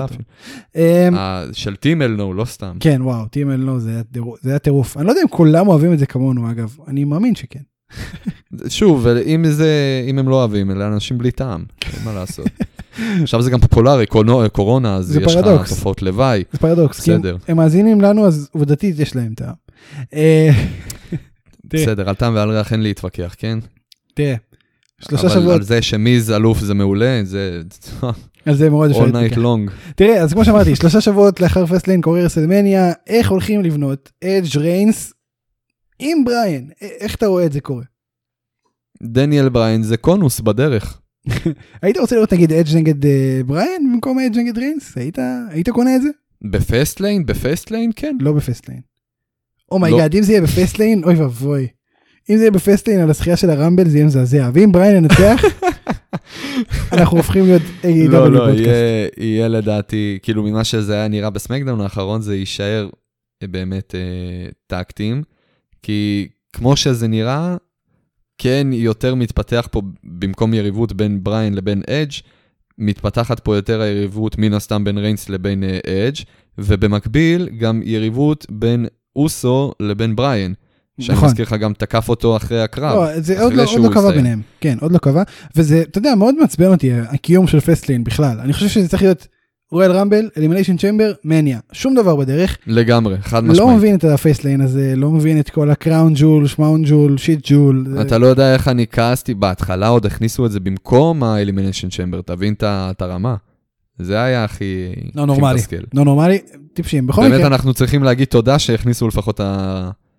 של טימל נו, לא סתם. כן, וואו, טימל נו, זה היה טירוף. אני לא יודע אם כולם אוהבים את זה כמונו, אגב. אני מאמין שכן. שוב, אם הם לא אוהבים, אלה אנשים בלי טעם. אין מה לעשות. עכשיו זה גם פופולרי, קורונה, אז יש לך תופעות לוואי. זה פרדוקס, כי הם מאזינים לנו, אז עובדתית יש להם טעם. בסדר, על טעם ועל ריח אין להתווכח, כן? תראה, 3 שבועות. אבל שבועות. על זה שמיז אלוף זה מעולה, זה... על זה מאוד all night long. תראה, אז כמו שאמרתי, 3 שבועות לאחר פסטליין קורה רסלמניה, איך הולכים לבנות אדג' ריינס עם בריין? איך אתה רואה את זה קורה? דניאל בריין זה קונוס בדרך. היית רוצה לראות נגיד אדג' נגד בריין במקום אדג' נגד ריינס? היית קונה את זה? בפסטליין? בפסטליין, כן. לא בפסטליין. אומייגאד, אם זה יהיה בפסטליין, אוי ואבוי. אם זה יהיה בפסטליין על הזכייה של הרמבל, זה יהיה מזעזע. ואם בריין ינצח, אנחנו הופכים להיות לא, יהיה לדעתי, כאילו ממה שזה היה נראה בסמקדאון האחרון, זה יישאר באמת טקטים, כי כמו שזה נראה, כן יותר מתפתח פה, במקום יריבות בין בריין לבין אדג', מתפתחת פה יותר היריבות מן הסתם בין ריינס לבין אדג', ובמקביל גם יריבות בין אוסו לבין בריין, שאני מזכיר לך גם תקף אותו אחרי הקרב. לא, זה עוד לא קבע ביניהם, כן, עוד לא קבע, וזה, אתה יודע, מאוד מעצבן אותי, הקיום של פסטליין בכלל, אני חושב שזה צריך להיות רויאל רמבל, אלימיניישן צ'מבר, מניה, שום דבר בדרך. לגמרי, חד משמעית. לא מבין את הפסטליין הזה, לא מבין את כל הקראון ג'ול, שמאון ג'ול, שיט ג'ול. אתה לא יודע איך אני כעסתי, בהתחלה עוד הכניסו את זה במקום האלימיניישן צ'מבר, תבין את הרמה. זה היה הכי נורמלי, טיפשים. באמת אנחנו צריכים להגיד תודה שהכניסו לפחות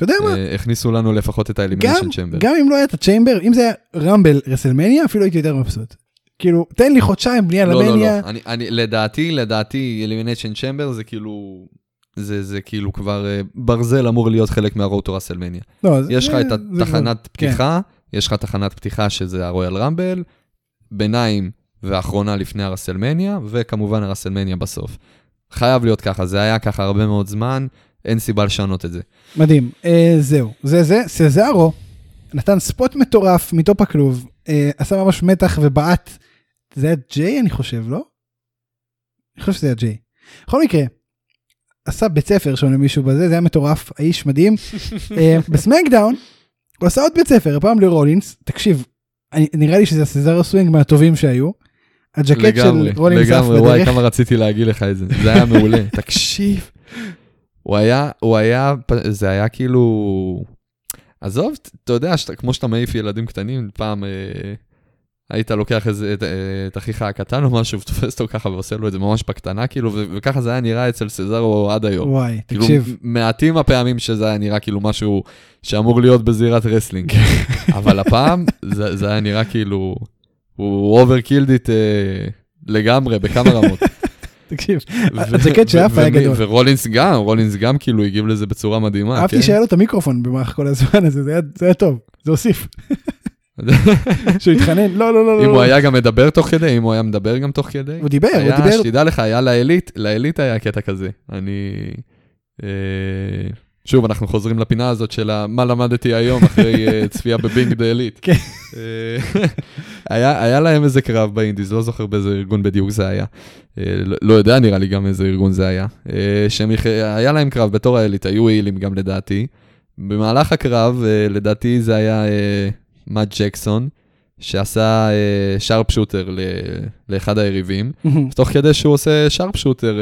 אתה יודע מה? הכניסו לנו לפחות את האלימיניישן צ'מבר. גם אם לא היה את הצ'יימבר, אם זה היה רמבל רסלמניה, אפילו הייתי יותר מבסוט. כאילו, תן לי חודשיים בנייה למניה. לא, לדעתי, אלימיניישן צ'מבר זה כאילו, זה כאילו כבר ברזל אמור להיות חלק מהרוטו רסלמניה. יש לך את התחנת פתיחה, יש לך תחנת פתיחה שזה הרויאל רמבל, ביניים ואחרונה לפני הרסלמניה, וכמובן הרסלמניה בסוף. חייב להיות ככה, זה היה ככה הרבה מאוד זמן, אין סיבה לשנות את זה. מדהים, זהו, סזארו נתן ספוט מטורף מטופ הכלוב, עשה ממש מתח ובעט, זה היה ג'יי אני חושב, לא? אני חושב שזה היה ג'יי. בכל מקרה, עשה בית ספר שם למישהו בזה, זה היה מטורף, האיש מדהים. בסמקדאון, הוא עשה עוד בית ספר, הפעם לרולינס, תקשיב, נראה לי שזה סזארו סווינג מהטובים שהיו, הג'קט של רולינס אף בדרך. וואי, כמה רציתי להגיד לך את זה, זה היה מעולה, תקשיב. זה היה כאילו, עזוב, אתה יודע, כמו שאתה מעיף ילדים קטנים, פעם היית לוקח את אחיך הקטן או משהו, ותופס אותו ככה ועושה לו את זה ממש בקטנה, כאילו, וככה זה היה נראה אצל סזארו עד היום. וואי, כאילו, תקשיב. מעטים הפעמים שזה היה נראה כאילו משהו שאמור להיות בזירת רסלינג. אבל הפעם זה היה נראה כאילו, הוא overkilled it לגמרי, בכמה רמות. תקשיב, הג'קט שאף היה גדול. ורולינס גם כאילו הגיב לזה בצורה מדהימה. אהבתי שהיה לו את המיקרופון במהלך כל הזמן הזה, זה היה טוב, זה הוסיף. שהוא התחנן, לא. אם הוא היה גם מדבר תוך כדי, אם הוא היה מדבר גם תוך כדי. הוא דיבר. שתדע לך, היה לאליט היה קטע כזה. שוב, אנחנו חוזרים לפינה הזאת של מה למדתי היום אחרי צפייה בבינג דה אליט. היה להם איזה קרב באינדיז, לא זוכר באיזה ארגון בדיוק זה היה. לא יודע, נראה לי גם איזה ארגון זה היה. היה להם קרב בתור האליט, היו אילים גם לדעתי. במהלך הקרב, לדעתי זה היה מאט ג'קסון, שעשה שרפ שוטר לאחד היריבים. תוך כדי שהוא עושה שרפ שוטר,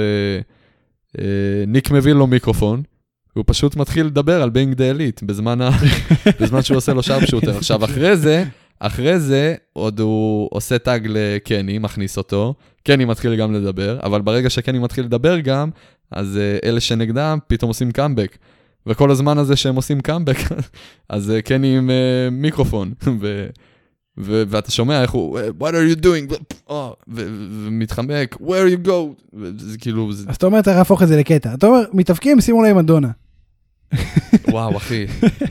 ניק מביא לו מיקרופון, הוא פשוט מתחיל לדבר על בינג דה אליט, בזמן שהוא עושה לו שרפ שוטר. עכשיו, אחרי זה, עוד הוא עושה טאג לקני, מכניס אותו, קני מתחיל גם לדבר, אבל ברגע שקני מתחיל לדבר גם, אז אלה שנגדם פתאום עושים קאמבק, וכל הזמן הזה שהם עושים קאמבק, אז קני עם מיקרופון, ואתה שומע איך הוא, what are you doing? ומתחמק, where you go? וזה כאילו... אז אתה אומר, אתה להפוך את זה לקטע. אתה אומר, מתאפקים, שימו להם מדונה. וואו, אחי.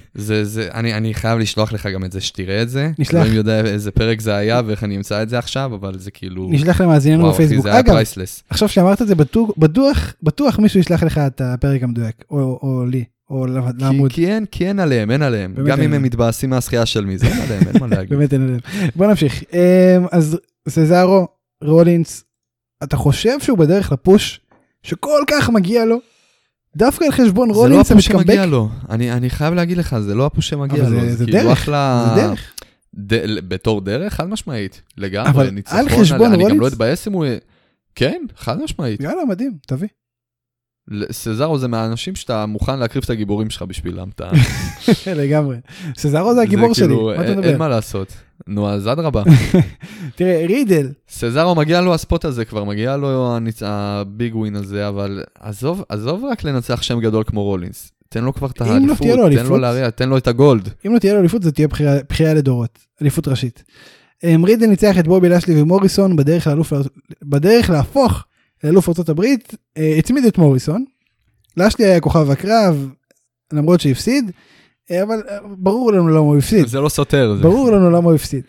אני חייב לשלוח לך גם את זה, שתראה את זה. נשלח. לא יודע איזה פרק זה היה, ואיך אני אמצא את זה עכשיו, אבל זה כאילו... נשלח למאזיננו בפייסבוק. וואו, אחי, זה היה פרייסלס. עכשיו שאמרת את זה, בטוח מישהו ישלח לך את הפרק המדויק, או לי. או לעמוד. כי אין עליהם, אין עליהם. גם אם הם מתבאסים מהשחייה של מי, זה אין עליהם, אין מה להגיד. באמת אין עליהם. בוא נמשיך. אז סזארו, רולינס, אתה חושב שהוא בדרך לפוש שכל כך מגיע לו? דווקא על חשבון רולינס המשקמבק? זה לא הפוש שמגיע לו. אני חייב להגיד לך, זה לא הפוש שמגיע לו. זה דרך. זה דרך. בתור דרך, חד משמעית. לגמרי, אבל על חשבון רולינס? אני גם לא אתבאס אם הוא... כן, חד משמעית. יאללה, מדהים, תביא. סזארו זה מהאנשים שאתה מוכן להקריב את הגיבורים שלך בשבילם. לגמרי. סזארו זה הגיבור שלי. אין מה לעשות. נו, אז עד רבה. תראה, רידל. סזארו מגיע לו הספוט הזה, כבר מגיע לו הביג ווין הזה, אבל עזוב רק לנצח שם גדול כמו רולינס. תן לו כבר את האליפות, תן לו להריע, תן לו את הגולד. אם לא תהיה לו אליפות, זה תהיה בחירה לדורות. אליפות ראשית. רידל ניצח את בובי לשלי ומוריסון בדרך להפוך לאלוף ארצות הברית, הצמיד את מוריסון. לשלי היה כוכב הקרב, למרות שהפסיד, אבל ברור לנו למה הוא הפסיד. זה לא סותר. ברור לנו למה הוא הפסיד.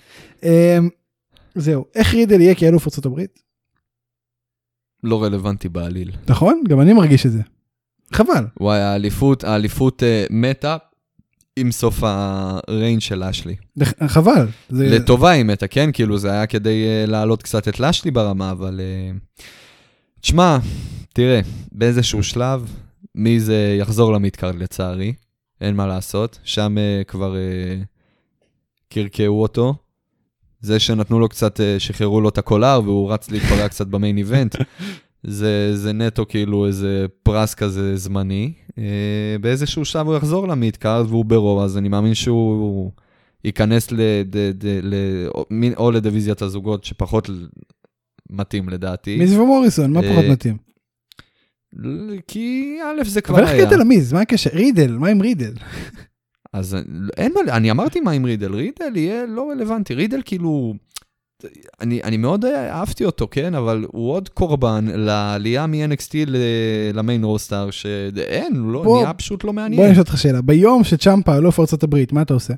זהו, איך רידל יהיה כאלוף ארצות הברית? לא רלוונטי בעליל. נכון? גם אני מרגיש את זה. חבל. וואי, האליפות מתה עם סוף הריינג' של לשלי. חבל. לטובה היא מתה, כן? כאילו זה היה כדי להעלות קצת את לשלי ברמה, אבל... תשמע, תראה, באיזשהו שלב, מי זה יחזור למידקארד לצערי, אין מה לעשות, שם כבר קרקעו אותו, זה שנתנו לו קצת, שחררו לו את הקולר, והוא רץ להתפרע קצת במיין איבנט, זה נטו כאילו איזה פרס כזה זמני, באיזשהו שלב הוא יחזור למידקארד, והוא ברוב, אז אני מאמין שהוא ייכנס או לדיוויזיית הזוגות שפחות... מתאים לדעתי. מיז ומוריסון, מה פחות מתאים? כי א' זה כבר אבל היה. איך קטע למיז? מה הקשר? רידל, מה עם רידל? אז אין מה, אני אמרתי מה עם רידל, רידל יהיה לא רלוונטי, רידל כאילו, אני מאוד אהבתי אותו, כן, אבל הוא עוד קורבן לעלייה מ-NXT למיין רוסטר, שאין, נהיה פשוט לא מעניין. בוא נשאל אותך שאלה, ביום שצ'מפה אלוף ארצות הברית, מה אתה עושה?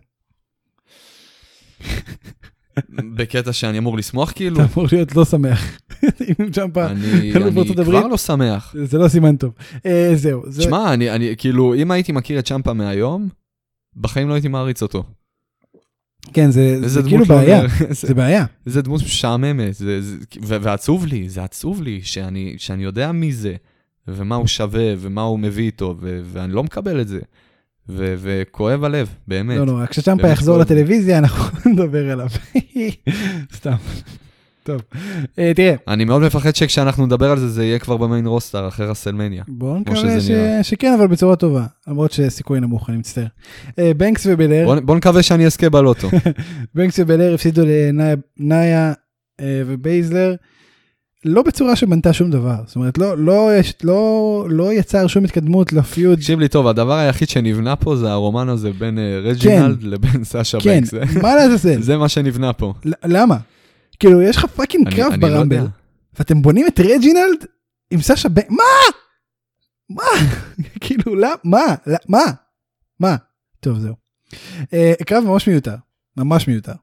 בקטע שאני אמור לשמוח כאילו? אתה אמור להיות לא שמח. אם צ'מפה אלוף ארצות הברית. אני כבר לא שמח. זה לא סימן טוב. זהו. שמע, אני כאילו, אם הייתי מכיר את צ'מפה מהיום, בחיים לא הייתי מעריץ אותו. כן, זה כאילו בעיה. זה בעיה. זה דמות משעממת, ועצוב לי, זה עצוב לי, שאני יודע מי זה, ומה הוא שווה, ומה הוא מביא איתו, ואני לא מקבל את זה. וכואב הלב, באמת. לא, לא, כשצ'מפה יחזור לטלוויזיה, אנחנו נדבר עליו. סתם. טוב. תראה. אני מאוד מפחד שכשאנחנו נדבר על זה, זה יהיה כבר במיין רוסטר, אחרי רסלמניה. בואו נקווה שכן, אבל בצורה טובה. למרות שסיכוי נמוך, אני מצטער. בנקס ובלר. בואו נקווה שאני אזכה בלוטו. בנקס ובלר הפסידו לנאיה ובייזלר. לא בצורה שבנתה שום דבר. זאת אומרת, לא יצר שום התקדמות לפיוד. תקשיב לי טוב, הדבר היחיד שנבנה פה זה הרומן הזה בין רג'ינלד לבין סאשה בנקס. כן, מה לעזאזל? זה מה שנבנה פה. למה? כאילו, יש לך פאקינג קרב ברמבל, ואתם בונים את רג'ינלד עם סאשה בנקס. מה? כאילו, מה? טוב, זהו. קרב ממש מיותר. ממש מיותר.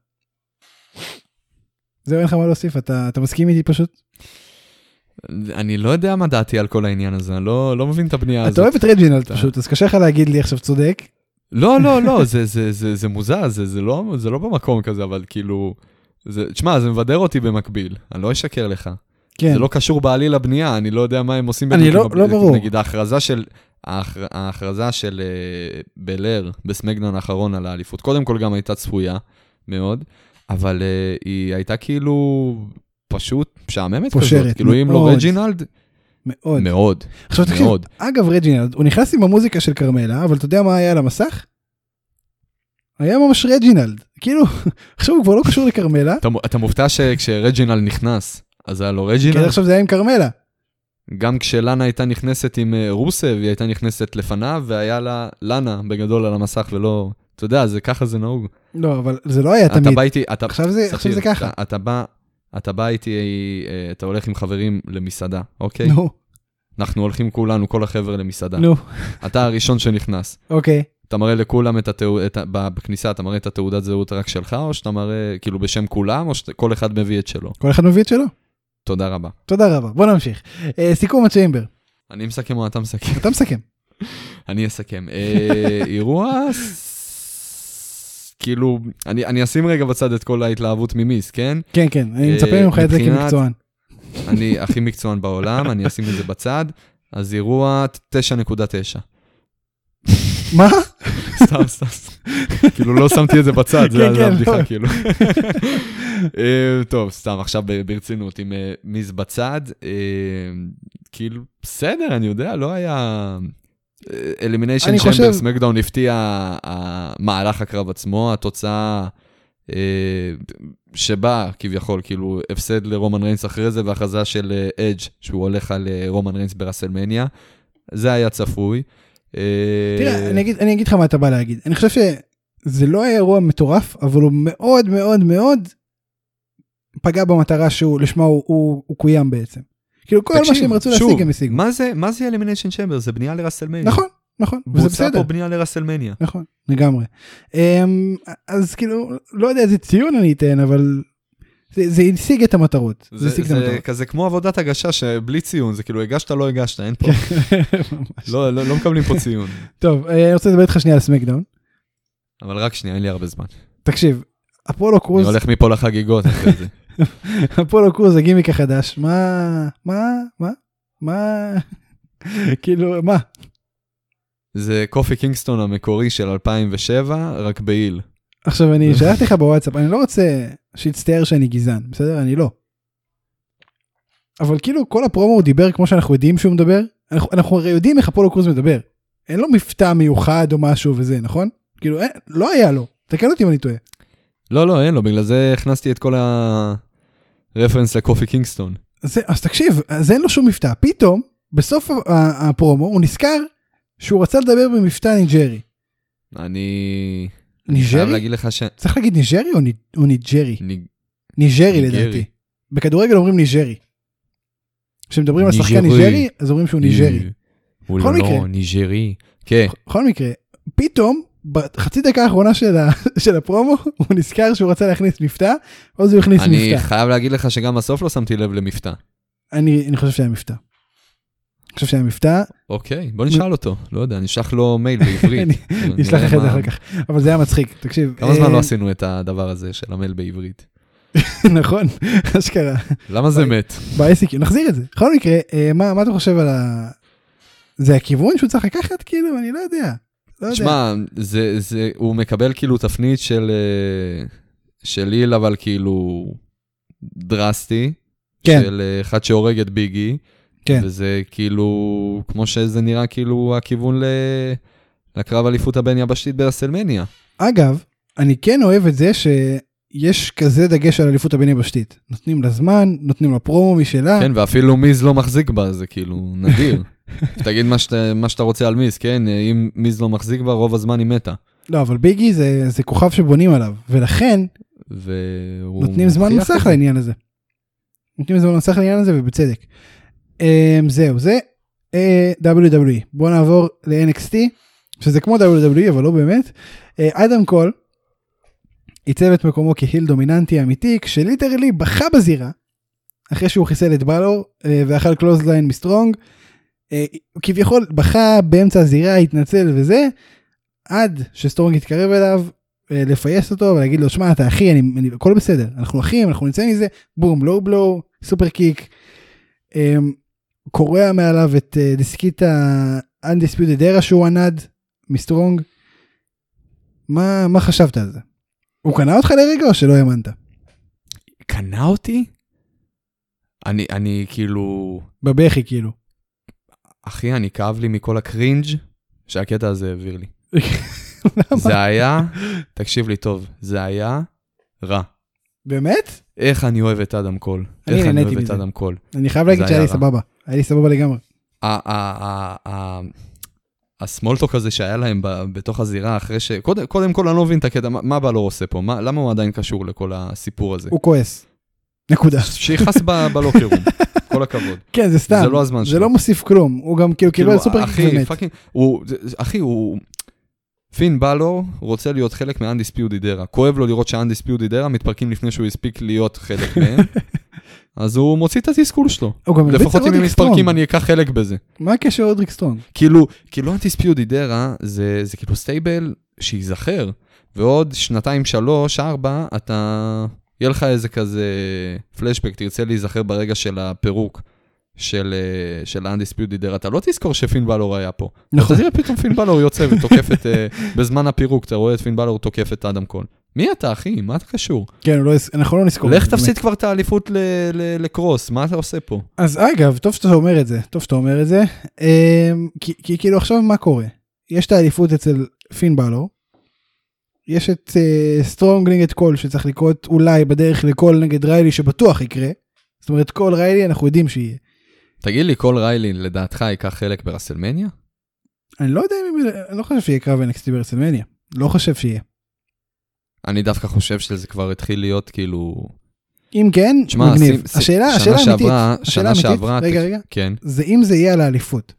זהו, אין לך מה להוסיף, אתה מסכים איתי פשוט? אני לא יודע מה דעתי על כל העניין הזה, אני לא מבין את הבנייה הזאת. אתה אוהב את רג'ינלד פשוט, אז קשה לך להגיד לי עכשיו צודק. לא, זה מוזר, זה לא במקום כזה, אבל כאילו, תשמע, זה מבדר אותי במקביל, אני לא אשקר לך. זה לא קשור בעליל לבנייה, אני לא יודע מה הם עושים. אני לא ברור. נגיד, ההכרזה של בלר בסמקדאון האחרון על האליפות, קודם כל גם הייתה צפויה מאוד, אבל היא הייתה כאילו פשוט משעממת כזאת, כאילו אם לא רג'ינלד, מאוד. עכשיו תקשיב, אגב רג'ינלד, הוא נכנס עם המוזיקה של קרמלה, אבל אתה יודע מה היה על המסך? היה ממש רג'ינלד, כאילו, עכשיו הוא כבר לא קשור לקרמלה. אתה מופתע שכשרג'ינלד נכנס, אז היה לו רג'ינלד? כן, עכשיו זה היה עם קרמלה. גם כשלנה הייתה נכנסת עם רוסב, היא הייתה נכנסת לפניו, והיה לה לנה בגדול על המסך, ולא, אתה יודע, ככה זה נהוג. לא, אבל זה לא היה תמיד. עכשיו זה ככה. אתה בא איתי, אתה הולך עם חברים למסעדה, אוקיי? נו. אנחנו הולכים כולנו, כל החבר למסעדה. נו. אתה הראשון שנכנס. אוקיי. אתה מראה לכולם בכניסה, אתה מראה את התעודת זהות רק שלך, או שאתה מראה כאילו בשם כולם, או שכל אחד מביא את שלו? כל אחד מביא את שלו. תודה רבה. תודה רבה. בוא נמשיך. סיכום הצ'יימבר. אני מסכם או אתה מסכם? אתה מסכם. אני אסכם. אירוע, כאילו, אני אשים רגע בצד את כל ההתלהבות ממיס, כן? כן, כן. אני מצפה ממך את זה כמקצוען. אני הכי מקצוען בעולם, אני אשים את זה בצד. אז אירוע 9.9. מה? סתם. כאילו לא שמתי את זה בצד, זה הבדיחה כאילו. טוב, סתם, עכשיו ברצינות, עם מיס בצד, כאילו, בסדר, אני יודע, לא היה... אלימיניישן צ'מבר, סמקדאון הפתיע מהלך הקרב עצמו, התוצאה שבאה כביכול, כאילו, הפסד לרומן ריינס אחרי זה, והכרזה של אדג' שהוא הולך על רומן ריינס ברסלמניה, זה היה צפוי. תראה, אני אגיד לך מה אתה בא להגיד. אני חושב שזה לא היה אירוע מטורף, אבל הוא מאוד מאוד מאוד פגע במטרה לשמה הוא קוים בעצם. כאילו כל מה שהם רצו להשיג הם השיגו. מה זה אלימיניישן צ'מבר? זה בנייה לרסלמניה. נכון, וזה בסדר. בוצע פה בנייה לרסלמניה. נכון, לגמרי. אז כאילו, לא יודע איזה ציון אני אתן, אבל זה השיג את המטרות. זה כזה כמו עבודת הגשה שבלי ציון, זה כאילו הגשת, לא הגשת, אין פה. לא מקבלים פה ציון. טוב, אני רוצה לדבר איתך שנייה על סמקדאון. אבל רק שנייה, אין לי הרבה זמן. תקשיב, אפולו קרוז... אני הולך מפה לחגיגות. אפולו קרוז, הגימיק החדש. כאילו, מה? זה קופי קינגסטון המקורי של 2007, רק בעיל. עכשיו, אני שלחתי לך בוואטסאפ, אני לא רוצה שיצטער שאני גזען, בסדר? אני לא. אבל כאילו, כל הפרומו הוא דיבר כמו שאנחנו יודעים שהוא מדבר, אנחנו הרי יודעים איך אפולו קרוז מדבר. אין לו מבטא מיוחד או משהו וזה, נכון? כאילו, לא היה לו. תקן אותי אם אני טועה. לא, אין לו, בגלל זה הכנסתי את כל הרפרנס לקופי קינגסטון. אז תקשיב, אז אין לו שום מבטא. פתאום, בסוף הפרומו הוא נזכר שהוא רצה לדבר במבטא ניג'רי. אני... ניג'רי? חייב להגיד לך צריך להגיד ניג'רי או ניג'רי? ניג'רי לדעתי. בכדורגל אומרים ניג'רי. כשמדברים על שחקן ניג'רי, אז אומרים שהוא ניג'רי. הוא לא ניג'רי. כן. בכל מקרה, פתאום, בחצי דקה האחרונה של הפרומו, הוא נזכר שהוא רצה להכניס מבטא, או זה הוא הכניס מבטא. אני חייב להגיד לך שגם בסוף לא שמתי לב למבטא. אני חושב שהיה מבטא. אני חושב שהיה מבטא. אוקיי, בוא נשאל אותו. לא יודע, נשלח לו מייל בעברית. נשלח לך את זה אחר כך. אבל זה היה מצחיק, תקשיב. כמה זמן לא עשינו את הדבר הזה של המייל בעברית? נכון, אשכרה. למה זה מת? ב-ICQ, נחזיר את זה. בכל מקרה, מה אתה חושב על זה הכיוון שהוא צריך לקחת? כאילו, אני לא יודע. תשמע, הוא מקבל כאילו תפנית של ליל, אבל כאילו דרסטי, של אחד שהורג את ביגי, וזה כאילו, כמו שזה נראה כאילו הכיוון לקרב אליפות הבין יבשתית ברסלמניה. אגב, אני כן אוהב את זה שיש כזה דגש על אליפות הבין יבשתית. נותנים לה זמן, נותנים לה פרומו משלה. כן, ואפילו מיז לא מחזיק בה, זה כאילו נדיר. תגיד מה שאתה רוצה על מיז, כן? אם מיז לא מחזיק בה, רוב הזמן היא מתה. לא, אבל ביגי זה כוכב שבונים עליו, ולכן נותנים זמן נוסח לעניין הזה. נותנים זמן נוסח לעניין הזה, ובצדק. זהו, זה WWE. בואו נעבור ל-NXT, שזה כמו WWE, אבל לא באמת. אדם קול, ייצב את מקומו כהיל דומיננטי אמיתי, כשליטרלי בכה בזירה, אחרי שהוא חיסל את בלור, ואכל קלוזליין מסטרונג, כביכול בכה באמצע הזירה, התנצל וזה, עד שסטרונג יתקרב אליו, לפייס אותו ולהגיד לו, שמע, אתה אחי, הכל בסדר, אנחנו אחים, אנחנו נצא מזה, בום, לואו בלואו, סופר קיק, קורע מעליו את דיסקית ה-Undisputed Era שהוא ענד מסטרונג. מה חשבת על זה? הוא קנה אותך לרגע או שלא האמנת? קנה אותי? אני כאילו... בבכי כאילו. אחי, אני כאב לי מכל הקרינג' שהקטע הזה העביר לי. זה היה, תקשיב לי טוב, זה היה רע. באמת? איך אני אוהב את אדם קול. איך אני אוהב את אדם קול. אני חייב להגיד שהיה לי סבבה. היה לי סבבה לגמרי. הסמולטוק הזה שהיה להם בתוך הזירה, אחרי ש... קודם כל אני לא מבין את הקטע, מה בלור עושה פה? למה הוא עדיין קשור לכל הסיפור הזה? הוא כועס. נקודה. שיחס בלוקרום. כל הכבוד. כן, זה סתם. זה לא הזמן שלו. זה לא מוסיף כלום. הוא גם כאילו קיבל סופר קיק ומת. אחי, פין בלור רוצה להיות חלק מ-Undisputed Era. כואב לו לראות ש-Undisputed Era מתפרקים לפני שהוא הספיק להיות חלק מהם. אז הוא מוציא את התסכול שלו. לפחות אם הם מתפרקים אני אקח חלק בזה. מה הקשר אודריק סטרונג? כאילו Undisputed Era זה כאילו סטייבל שיזכר. ועוד 2, 3, 4 אתה... יהיה לך איזה כזה פלשבק, תרצה להיזכר ברגע של הפירוק של Undisputed Era. אתה לא תזכור שפין בלור היה פה. אתה תראה פתאום פין בלור יוצא ותוקף את, בזמן הפירוק, אתה רואה את פין בלור תוקף את אדם קול. מי אתה, אחי? מה אתה קשור? כן, אנחנו לא נזכור. לך תפסיד כבר את האליפות לקרוס, מה אתה עושה פה? אז אגב, טוב שאתה אומר את זה, כי כאילו עכשיו מה קורה? יש את האליפות אצל פין בלור, יש את סטרונג נגד קול שצריך לקרות אולי בדרך לקול נגד ריילי שבטוח יקרה. זאת אומרת, קול ריילי אנחנו יודעים שיהיה. תגיד לי, קול ריילי לדעתך ייקח חלק ברסלמניה? אני לא יודע אני לא חושב שיהיה קרב NXT ברסלמניה. לא חושב שיהיה. אני דווקא חושב שזה כבר התחיל להיות כאילו... אם כן, מגניב. השאלה אמיתית, רגע, כן. זה אם זה יהיה על האליפות.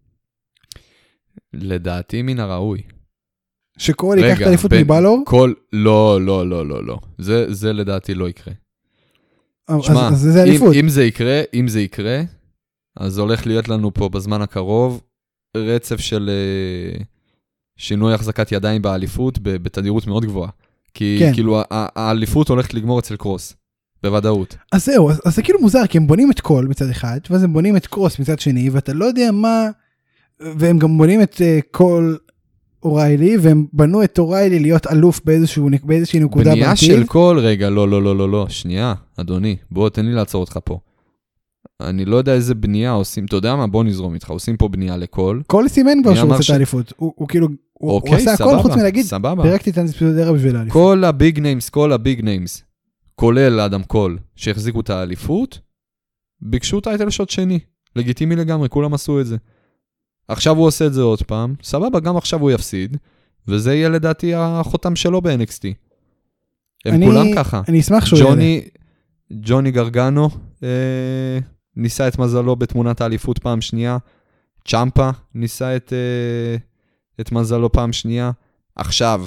לדעתי מן הראוי. שקול ייקח את האליפות מבלור? לא. זה לדעתי לא יקרה. אז זה אליפות. אם זה יקרה, אז הולך להיות לנו פה בזמן הקרוב רצף של שינוי החזקת ידיים באליפות בתדירות מאוד גבוהה. כי כאילו האליפות הולכת לגמור אצל קרוס, בוודאות. אז זהו, אז זה כאילו מוזר, כי הם בונים את קול מצד אחד, ואז הם בונים את קרוס מצד שני, ואתה לא יודע מה, והם גם בונים את קול... אוריילי, והם בנו את אוריילי להיות אלוף באיזושהי נקודה בעתיד. בנייה של כל רגע, לא, שנייה, אדוני, בוא תן לי לעצור אותך פה. אני לא יודע איזה בנייה עושים, אתה יודע מה, בוא נזרום איתך, עושים פה בנייה לכל. כל סימן כבר שהוא רוצה את האליפות, הוא כאילו, הוא עשה הכל חוץ מלהגיד, פרקתי את Undisputed Era בשביל האליפות. כל הביג ניימס, כולל אדם קול, שהחזיקו את האליפות, ביקשו טייטל שוט שני. לגיטימי לגמרי, כולם עשו את זה. עכשיו הוא עושה את זה עוד פעם, סבבה, גם עכשיו הוא יפסיד, וזה יהיה לדעתי החותם שלו ב-NXT. הם כולם ככה. אני אשמח שהוא יהיה. ג'וני גרגנו ניסה את מזלו בתמונת האליפות פעם שנייה, צ'מפה ניסה את מזלו פעם שנייה, עכשיו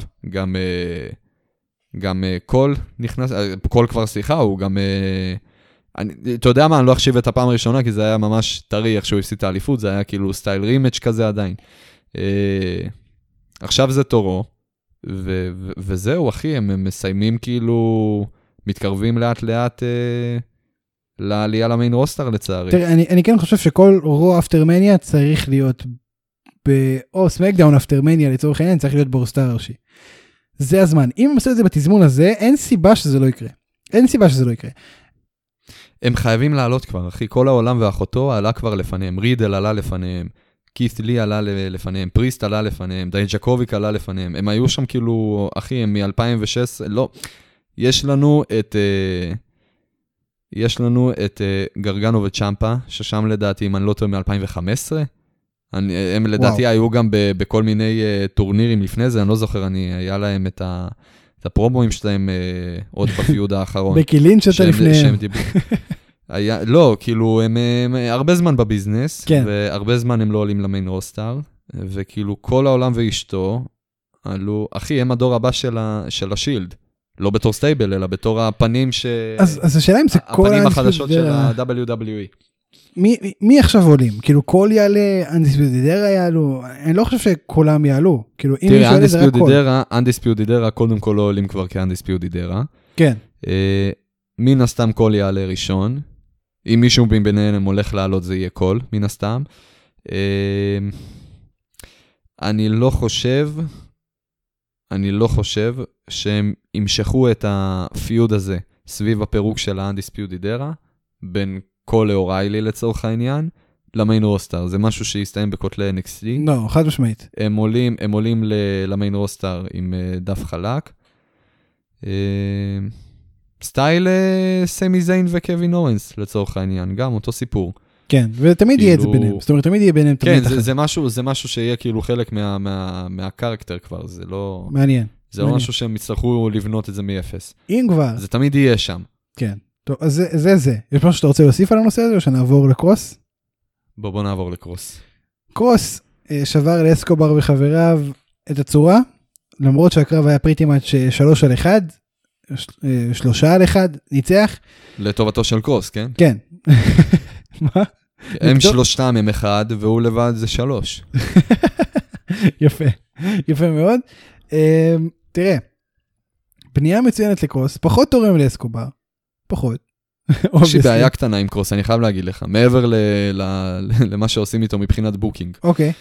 גם קול נכנס, קול כבר סליחה, הוא גם, אתה יודע מה, אני לא אחשיב את הפעם הראשונה, כי זה היה ממש טרי איך שהוא הפסיד את האליפות, זה היה כאילו סטייל רימץ' כזה עדיין. עכשיו זה תורו, וזהו אחי, הם מסיימים כאילו, מתקרבים לאט לאט לעלייה למיין רוסטר לצערי. תראה, אני כן חושב שכל רו אפטר מניה צריך להיות, או סמקדאון אפטר מניה לצורך העניין, צריך להיות ברוסטר הראשי. זה הזמן. אם הם עושים את זה בתזמון הזה, אין סיבה שזה לא יקרה. אין סיבה שזה לא יקרה. הם חייבים לעלות כבר, אחי. כל העולם ואחותו עלה כבר לפניהם. רידל עלה לפניהם. קית' לי עלה לפניהם. פריסט עלה לפניהם. דיינג'קוביק עלה לפניהם. הם היו שם כאילו, אחי, הם מ-2016, לא. יש לנו את גרגנו וצ'מפה, ששם לדעתי, אם אני לא טועה, מ-2015. הם לדעתי היו גם בכל מיני טורנירים לפני זה, אני לא זוכר, היה להם את הפרומואים שלהם עוד בפיוד האחרון. בקילין שאתה לפניהם. לא, כאילו, הם הרבה זמן בביזנס, והרבה זמן הם לא עולים למיין רוסטר, וכאילו כל העולם ואשתו עלו, אחי, הם הדור הבא של השילד, לא בתור סטייבל, אלא בתור הפנים אז השאלה אם זה כל הפנים החדשות של ה-WWE. מי עכשיו עולים? כאילו כל יעלה, Undisputed Era יעלו, אני לא חושב שכולם יעלו. תראה, Undisputed Era קודם כל לא עולים כבר כ-Undisputed Era. כן. מן הסתם כל יעלה ראשון. אם מישהו ביניהם הולך לעלות זה יהיה כל, מן הסתם. אני לא חושב שהם ימשכו את הפיוד הזה סביב הפירוק של ה-Undisputed Era, בין קול לאוריילי לצורך העניין, למיין רוסטר. זה משהו שיסתיים בקוטלי NXT. לא, חד משמעית. הם עולים למיין רוסטר עם דף חלק. סטייל סמי זיין וקווין אורנס לצורך העניין, גם אותו סיפור. כן, ותמיד יהיה את זה ביניהם. זאת אומרת, תמיד יהיה ביניהם. כן, זה משהו שיהיה כאילו חלק מהקרקטר כבר, זה לא... מעניין. זה לא משהו שהם יצטרכו לבנות את זה מאפס. אם כבר. זה תמיד יהיה שם. כן. טוב, אז זה. יש משהו שאתה רוצה להוסיף על הנושא הזה, או שנעבור לקרוס? בוא נעבור לקרוס. קרוס שבר לאסקובר וחבריו את הצורה, למרות שהקרב היה פריטי מאץ' 3-1, 3-1, ניצח. לטובתו של קרוס, כן? כן. מה? הם שלושתם הם 1, והוא לבד זה 3. יפה מאוד. תראה, בנייה מצוינת לקרוס, פחות תורם לאסקובר. פחות. יש לי בעיה קטנה עם קרוס, אני חייב להגיד לך, מעבר למה שעושים איתו מבחינת בוקינג. אוקיי.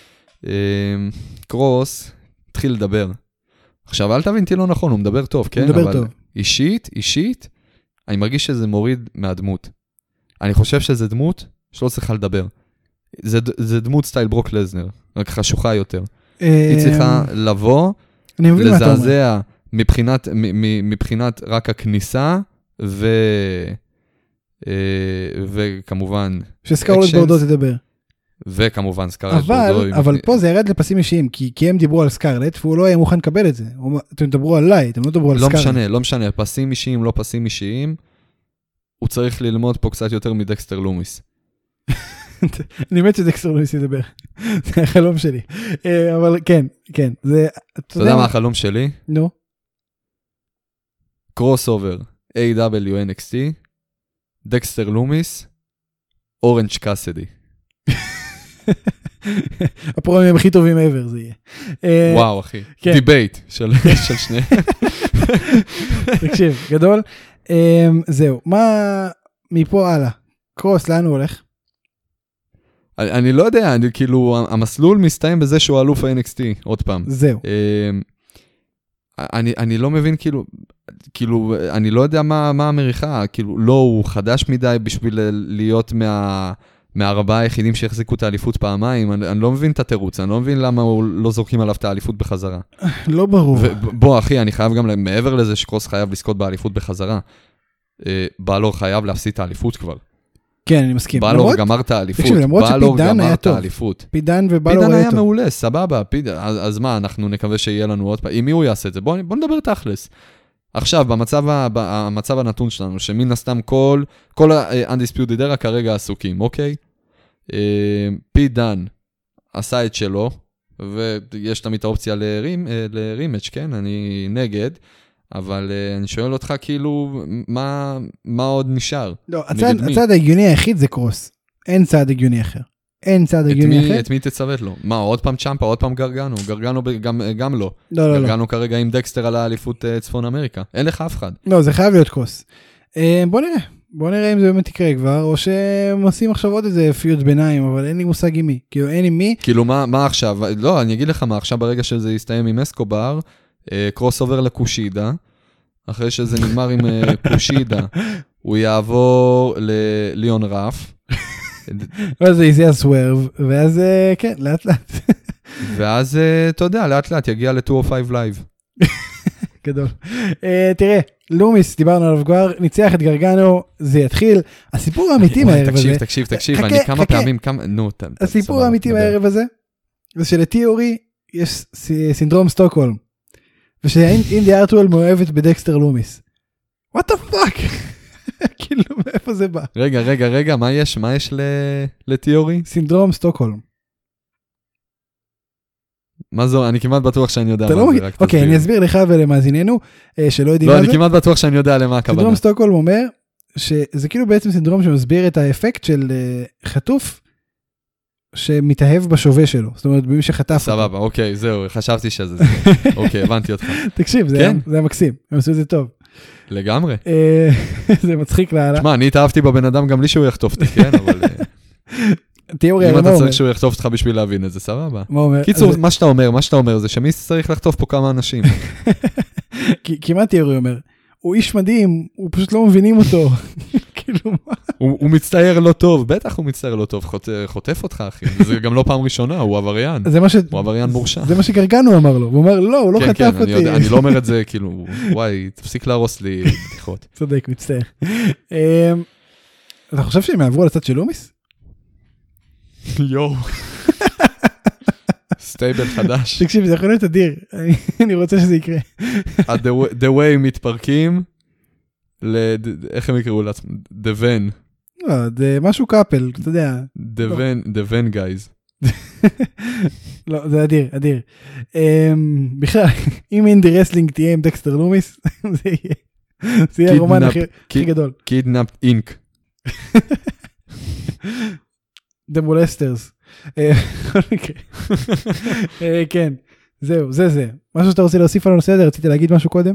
קרוס התחיל לדבר. עכשיו, אל תבינתי לא נכון, הוא מדבר טוב, כן? הוא מדבר טוב. אישית, אני מרגיש שזה מוריד מהדמות. אני חושב שזה דמות שלא צריכה לדבר. זה דמות סטייל ברוק לזנר, רק חשוכה יותר. היא צריכה לבוא, לזעזע מבחינת רק הכניסה, וכמובן שסקארלט בורדו תדבר. וכמובן סקארלט בורדו. אבל פה זה ירד לפסים אישיים, כי הם דיברו על סקארלט, והוא לא היה מוכן לקבל את זה. אתם דברו עליי, אתם לא דברו על סקארלט. לא משנה, פסים אישיים, לא פסים אישיים, הוא צריך ללמוד פה קצת יותר מדקסטר לומיס. אני מת שדקסטר לומיס ידבר. זה החלום שלי. אבל כן. אתה יודע מה החלום שלי? נו. קרוס אובר, AW NXT, דקסטר לומיס, אורנג' קאסדי. הפרומים הכי טובים ever זה יהיה. וואו אחי, דיבייט של שניהם. תקשיב, גדול. זהו, מה מפה הלאה? קרוס, לאן הוא הולך? אני לא יודע, כאילו המסלול מסתיים בזה שהוא אלוף ה-NXT, עוד פעם. זהו. אני לא מבין כאילו, אני לא יודע מה המריחה, כאילו, לא, הוא חדש מדי בשביל להיות מהארבעה היחידים שהחזיקו את האליפות פעמיים, אני לא מבין את התירוץ, אני לא מבין למה לא זורקים עליו את האליפות בחזרה. לא ברור. בוא אחי, אני חייב גם, מעבר לזה שקרוס חייב לזכות באליפות בחזרה, בלור חייב להפסיד את האליפות כבר. כן, אני מסכים. בלור גמר את האליפות. תקשיב, למרות שפידן היה טוב. פידן ובלור היה טוב. מעולה, סבבה. אז מה, אנחנו נקווה שיהיה לנו עוד פעם. עם מי הוא יעשה את זה? בוא נדבר תכלס. עכשיו, במצב הנתון שלנו, שמן הסתם כל ה-Undisputed Era כרגע עסוקים, אוקיי? פידן עשה את שלו, ויש תמיד את האופציה לרימץ', כן? אני נגד. אבל אני שואל אותך כאילו, מה עוד נשאר? לא, הצעד ההגיוני היחיד זה קרוס. אין צעד הגיוני אחר. אין צעד הגיוני אחר. את מי תצוות לו? מה, עוד פעם צ'מפה, עוד פעם גרגנו? גרגנו גם לא. לא. גרגנו כרגע עם דקסטר על האליפות צפון אמריקה. אין לך אף אחד. לא, זה חייב להיות קרוס. בוא נראה אם זה באמת יקרה כבר, או שהם עושים עכשיו עוד איזה פיוט ביניים, אבל אין לי מושג עם מי. כאילו, אין עם מי. כאילו, מה עכשיו? לא, אני אגיד לך מה, עכשיו ברגע שזה יסתיים עם אסקובר, קרוס עובר לקושידה, אחרי שזה נגמר עם קושידה, הוא יעבור לליאון רף. ואז זה יזיה סוורב, ואז כן, לאט לאט. ואז, אתה יודע, לאט לאט יגיע ל-205 לייב. גדול. תראה, לומיס, דיברנו עליו כבר, ניצח את גרגנו, זה יתחיל. הסיפור האמיתי מהערב הזה... תקשיב, אני כמה פעמים, נו, הסיפור האמיתי מהערב הזה, זה שלתיאורי יש סינדרום סטוקהולם. ושאינדי ארטואל מאוהבת בדקסטר לומיס. What the fuck? כאילו, מאיפה זה בא? רגע, מה יש לתיאורי? סינדרום סטוקהולם. מה זו? אני כמעט בטוח שאני יודע מה זה. אוקיי, אני אסביר לך ולמאזיננו, שלא יודעים מה זה. לא, אני כמעט בטוח שאני יודע למה הכוונה. סינדרום סטוקהולם אומר, שזה כאילו בעצם סינדרום שמסביר את האפקט של חטוף, שמתאהב בשווה שלו, זאת אומרת, במי שחטף. סבבה, אוקיי, זהו, חשבתי שזה זה. אוקיי, הבנתי אותך. תקשיב, זה היה מקסים, הם עשו את זה טוב. לגמרי. זה מצחיק להעלה. תשמע, אני התאהבתי בבן אדם גם לי שהוא יחטוף אותי, כן, אבל... אם אתה צריך שהוא יחטוף אותך בשביל להבין את זה, סבבה. קיצור, מה שאתה אומר זה שמי צריך לחטוף פה כמה אנשים. כמעט תיאורי אומר, הוא איש מדהים, הוא פשוט לא מבינים אותו. כאילו מה? הוא מצטער לא טוב, בטח הוא מצטער לא טוב, חוטף אותך אחי, זה גם לא פעם ראשונה, הוא עבריין, הוא עבריין מורשע. זה מה שגרגנו אמר לו, הוא אומר לא, הוא לא חטף אותי. אני לא אומר את זה כאילו, וואי, תפסיק להרוס לי בדיחות. צודק, מצטער. אתה חושב שהם יעברו על הצד של לומיס? יואו. סטייבל חדש. תקשיב, זה יכול להיות אדיר, אני רוצה שזה יקרה. The way מתפרקים, איך הם יקראו לעצמם? The Van. לא, זה משהו קאפל, אתה יודע. The Van guys. לא, זה אדיר, אדיר. בכלל, אם אינדי רסלינג תהיה עם דקסטר לומיס, זה יהיה הרומן הכי גדול. Kidnapped Inc. The Molesters. כן, זהו, זה. משהו שאתה רוצה להוסיף על הנושא הזה, רציתי להגיד משהו קודם?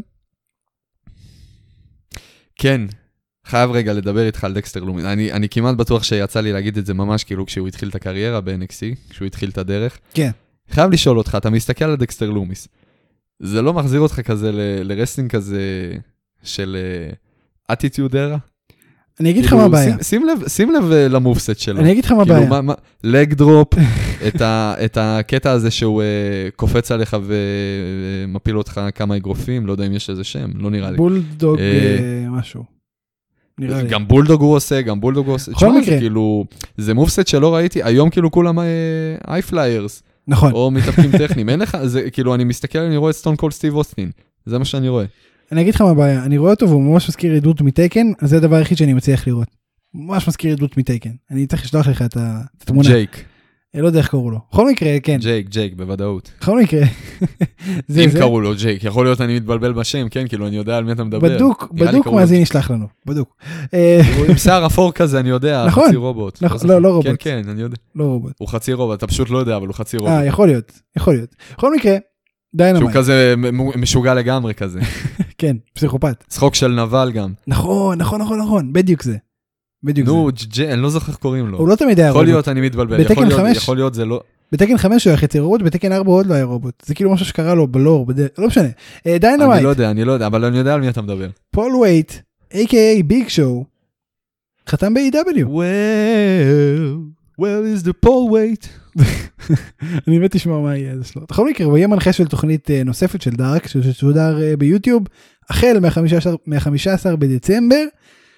כן, חייב רגע לדבר איתך על דקסטר לומיס. אני כמעט בטוח שיצא לי להגיד את זה ממש כאילו כשהוא התחיל את הקריירה ב-NXT, כשהוא התחיל את הדרך. כן. חייב לשאול אותך, אתה מסתכל על דקסטר לומיס, זה לא מחזיר אותך כזה לרסלינג כזה של attitude era? אני אגיד לך מה הבעיה. שים לב למובסט שלו. אני אגיד לך מה הבעיה. לג דרופ, את הקטע הזה שהוא קופץ עליך ומפיל אותך כמה אגרופים, לא יודע אם יש איזה שם, לא נראה לי. בולדוג משהו. גם בולדוג הוא עושה, תשמע, זה כאילו, זה מובסט שלא ראיתי, היום כאילו כולם אייפליירס. נכון. או מתאפקים טכניים, אין לך, זה כאילו, אני מסתכל, אני רואה את סטון קולד סטיב אוסטין, זה מה שאני רואה. אני אגיד לך מה הבעיה, אני רואה אותו והוא ממש מזכיר עדות מטייקן, אז זה הדבר היחיד שאני מצליח לראות. ממש מזכיר עדות מטייקן. אני צריך לשלוח לך את התמונה. ג'ייק. לא יודע איך קראו לו. בכל מקרה, כן. ג'ייק, בוודאות. בכל מקרה. אם קראו לו ג'ייק, יכול להיות אני מתבלבל בשם, כן, כאילו אני יודע על מי אתה מדבר. בדוק מה זה נשלח לנו, בדוק. הוא עם שיער אפור כזה, אני יודע, חצי רובוט. לא רובוט. כן, אני יודע. לא רובוט. הוא חצי רובוט, אתה פשוט לא יודע, אבל הוא חצי רובוט. יכול להיות. בכל מקרה, דיינמייט. שהוא כזה משוגע לגמרי כזה. כן, פסיכופת. צחוק של נבל גם. נכון, בדיוק זה. נו, אני לא זוכר איך קוראים לו. הוא לא תמיד היה רובוט. יכול להיות, אני מתבלבל. יכול להיות, זה לא... בתקן 5 הוא היה חצי רובוט, בתקן 4 הוא עוד לא היה רובוט. זה כאילו משהו שקרה לו בלור, לא משנה. דיינמייט. אני לא יודע, אבל אני יודע על מי אתה מדבר. פול ווייט, a.k.a. ביג שואו, חתם ב-AW. Well is the Paul Wait. אני באמת תשמע מה יהיה. בכל מקרה, הוא יהיה מנחה של תוכנית נוספת של דארק, ששודר ביוטיוב, החל מה-15 בדצמבר,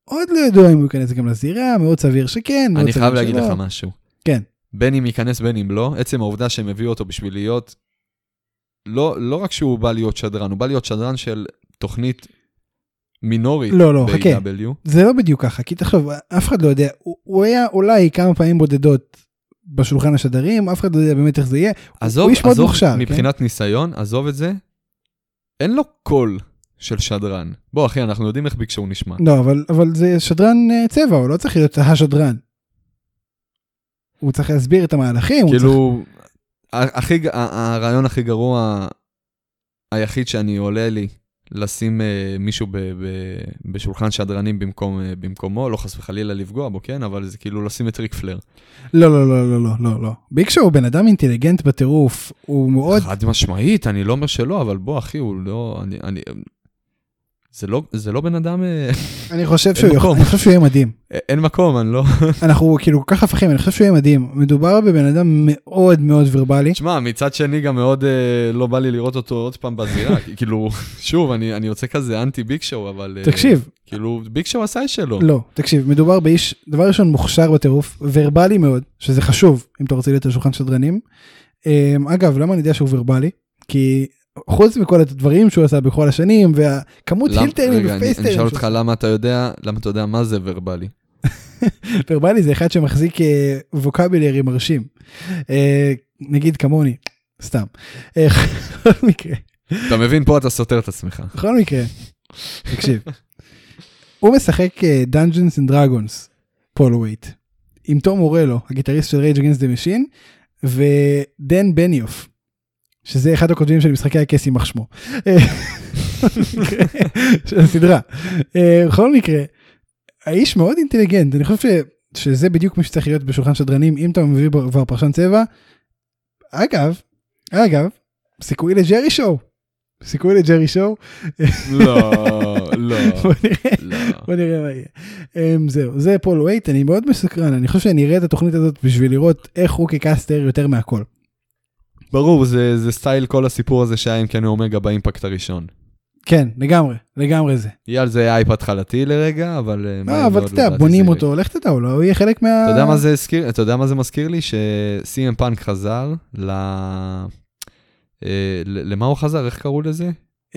עוד לא ידוע אם הוא ייכנס גם לזירה, מאוד סביר שכן. אני חייב להגיד לך משהו. כן. בין אם ייכנס בין אם לא, עצם העובדה שהם הביאו אותו בשביל להיות, לא רק שהוא בא להיות שדרן, הוא בא להיות שדרן של תוכנית מינורית ב-AW. זה לא בדיוק ככה, כי תחשוב, אף אחד לא יודע, הוא היה אולי כמה פעמים בודדות בשולחן השדרים, אף אחד לא יודע באמת איך זה יהיה, הוא איש מאוד מוכשר. מבחינת ניסיון, עזוב את זה, אין לו קול של שדרן. בוא אחי, אנחנו יודעים איך ביקשו נשמע. לא, אבל זה שדרן צבע, הוא לא צריך להיות השדרן. הוא צריך להסביר את המהלכים. כאילו, הרעיון הכי גרוע, היחיד שאני עולה לי, לשים מישהו בשולחן שדרנים במקומו, לא חס וחלילה לפגוע בו, כן? אבל זה כאילו לשים את ריק פלר. לא. ביג שואו הוא בן אדם אינטליגנט בטירוף, הוא מאוד... חד משמעית, אני לא אומר שלא, אבל בוא אחי, הוא לא... זה לא בן אדם... אני חושב שהוא יהיה מדהים. אין מקום, אני לא... אנחנו כאילו ככה הפכים, אני חושב שהוא יהיה מדהים. מדובר בבן אדם מאוד מאוד ורבלי. תשמע, מצד שני גם מאוד לא בא לי לראות אותו עוד פעם בזירה. כאילו, שוב, אני יוצא כזה אנטי ביג שואו, אבל... תקשיב. כאילו, ביג שואו עשה את שלו. לא, תקשיב, מדובר באיש, דבר ראשון מוכשר בטירוף, ורבלי מאוד, שזה חשוב, אם אתה רוצה להיות על שולחן שדרנים. אגב, למה אני יודע שהוא ורבלי? כי... חוץ מכל הדברים שהוא עשה בכל השנים, והכמות הילטרים ופייסטרים. אני אשאל אותך למה אתה יודע מה זה ורבלי. ורבלי זה אחד שמחזיק ווקאבילרי מרשים. נגיד כמוני, סתם. בכל מקרה. אתה מבין פה אתה סותר את עצמך. בכל מקרה, תקשיב. הוא משחק Dungeons and Dragons, פול ווייט, עם תום אורלו, הגיטריסט של Rage Against the Machine, ודן בניוף. שזה אחד הכותבים של משחקי הכס יימח שמו. של הסדרה. בכל מקרה, האיש מאוד אינטליגנט, אני חושב שזה בדיוק מי שצריך להיות בשולחן שדרנים, אם אתה מביא כבר פרשן צבע. אגב, סיכוי לג'רי שואו. לא. בוא נראה מה יהיה. זהו, זה פול ווייט, אני מאוד מסקרן, אני חושב שאני אראה את התוכנית הזאת בשביל לראות איך הוא כקאסטר יותר מהכל. ברור, זה סטייל כל הסיפור הזה שהיה עם קני אומגה באימפקט הראשון. כן, לגמרי זה. יהיה על זה אייפ התחלתי לרגע, אבל... אבל אתה יודע, בונים אותו, לך תדע, הוא יהיה חלק מה... אתה יודע מה זה מזכיר לי? ש-CM Punk חזר למה הוא חזר? איך קראו לזה?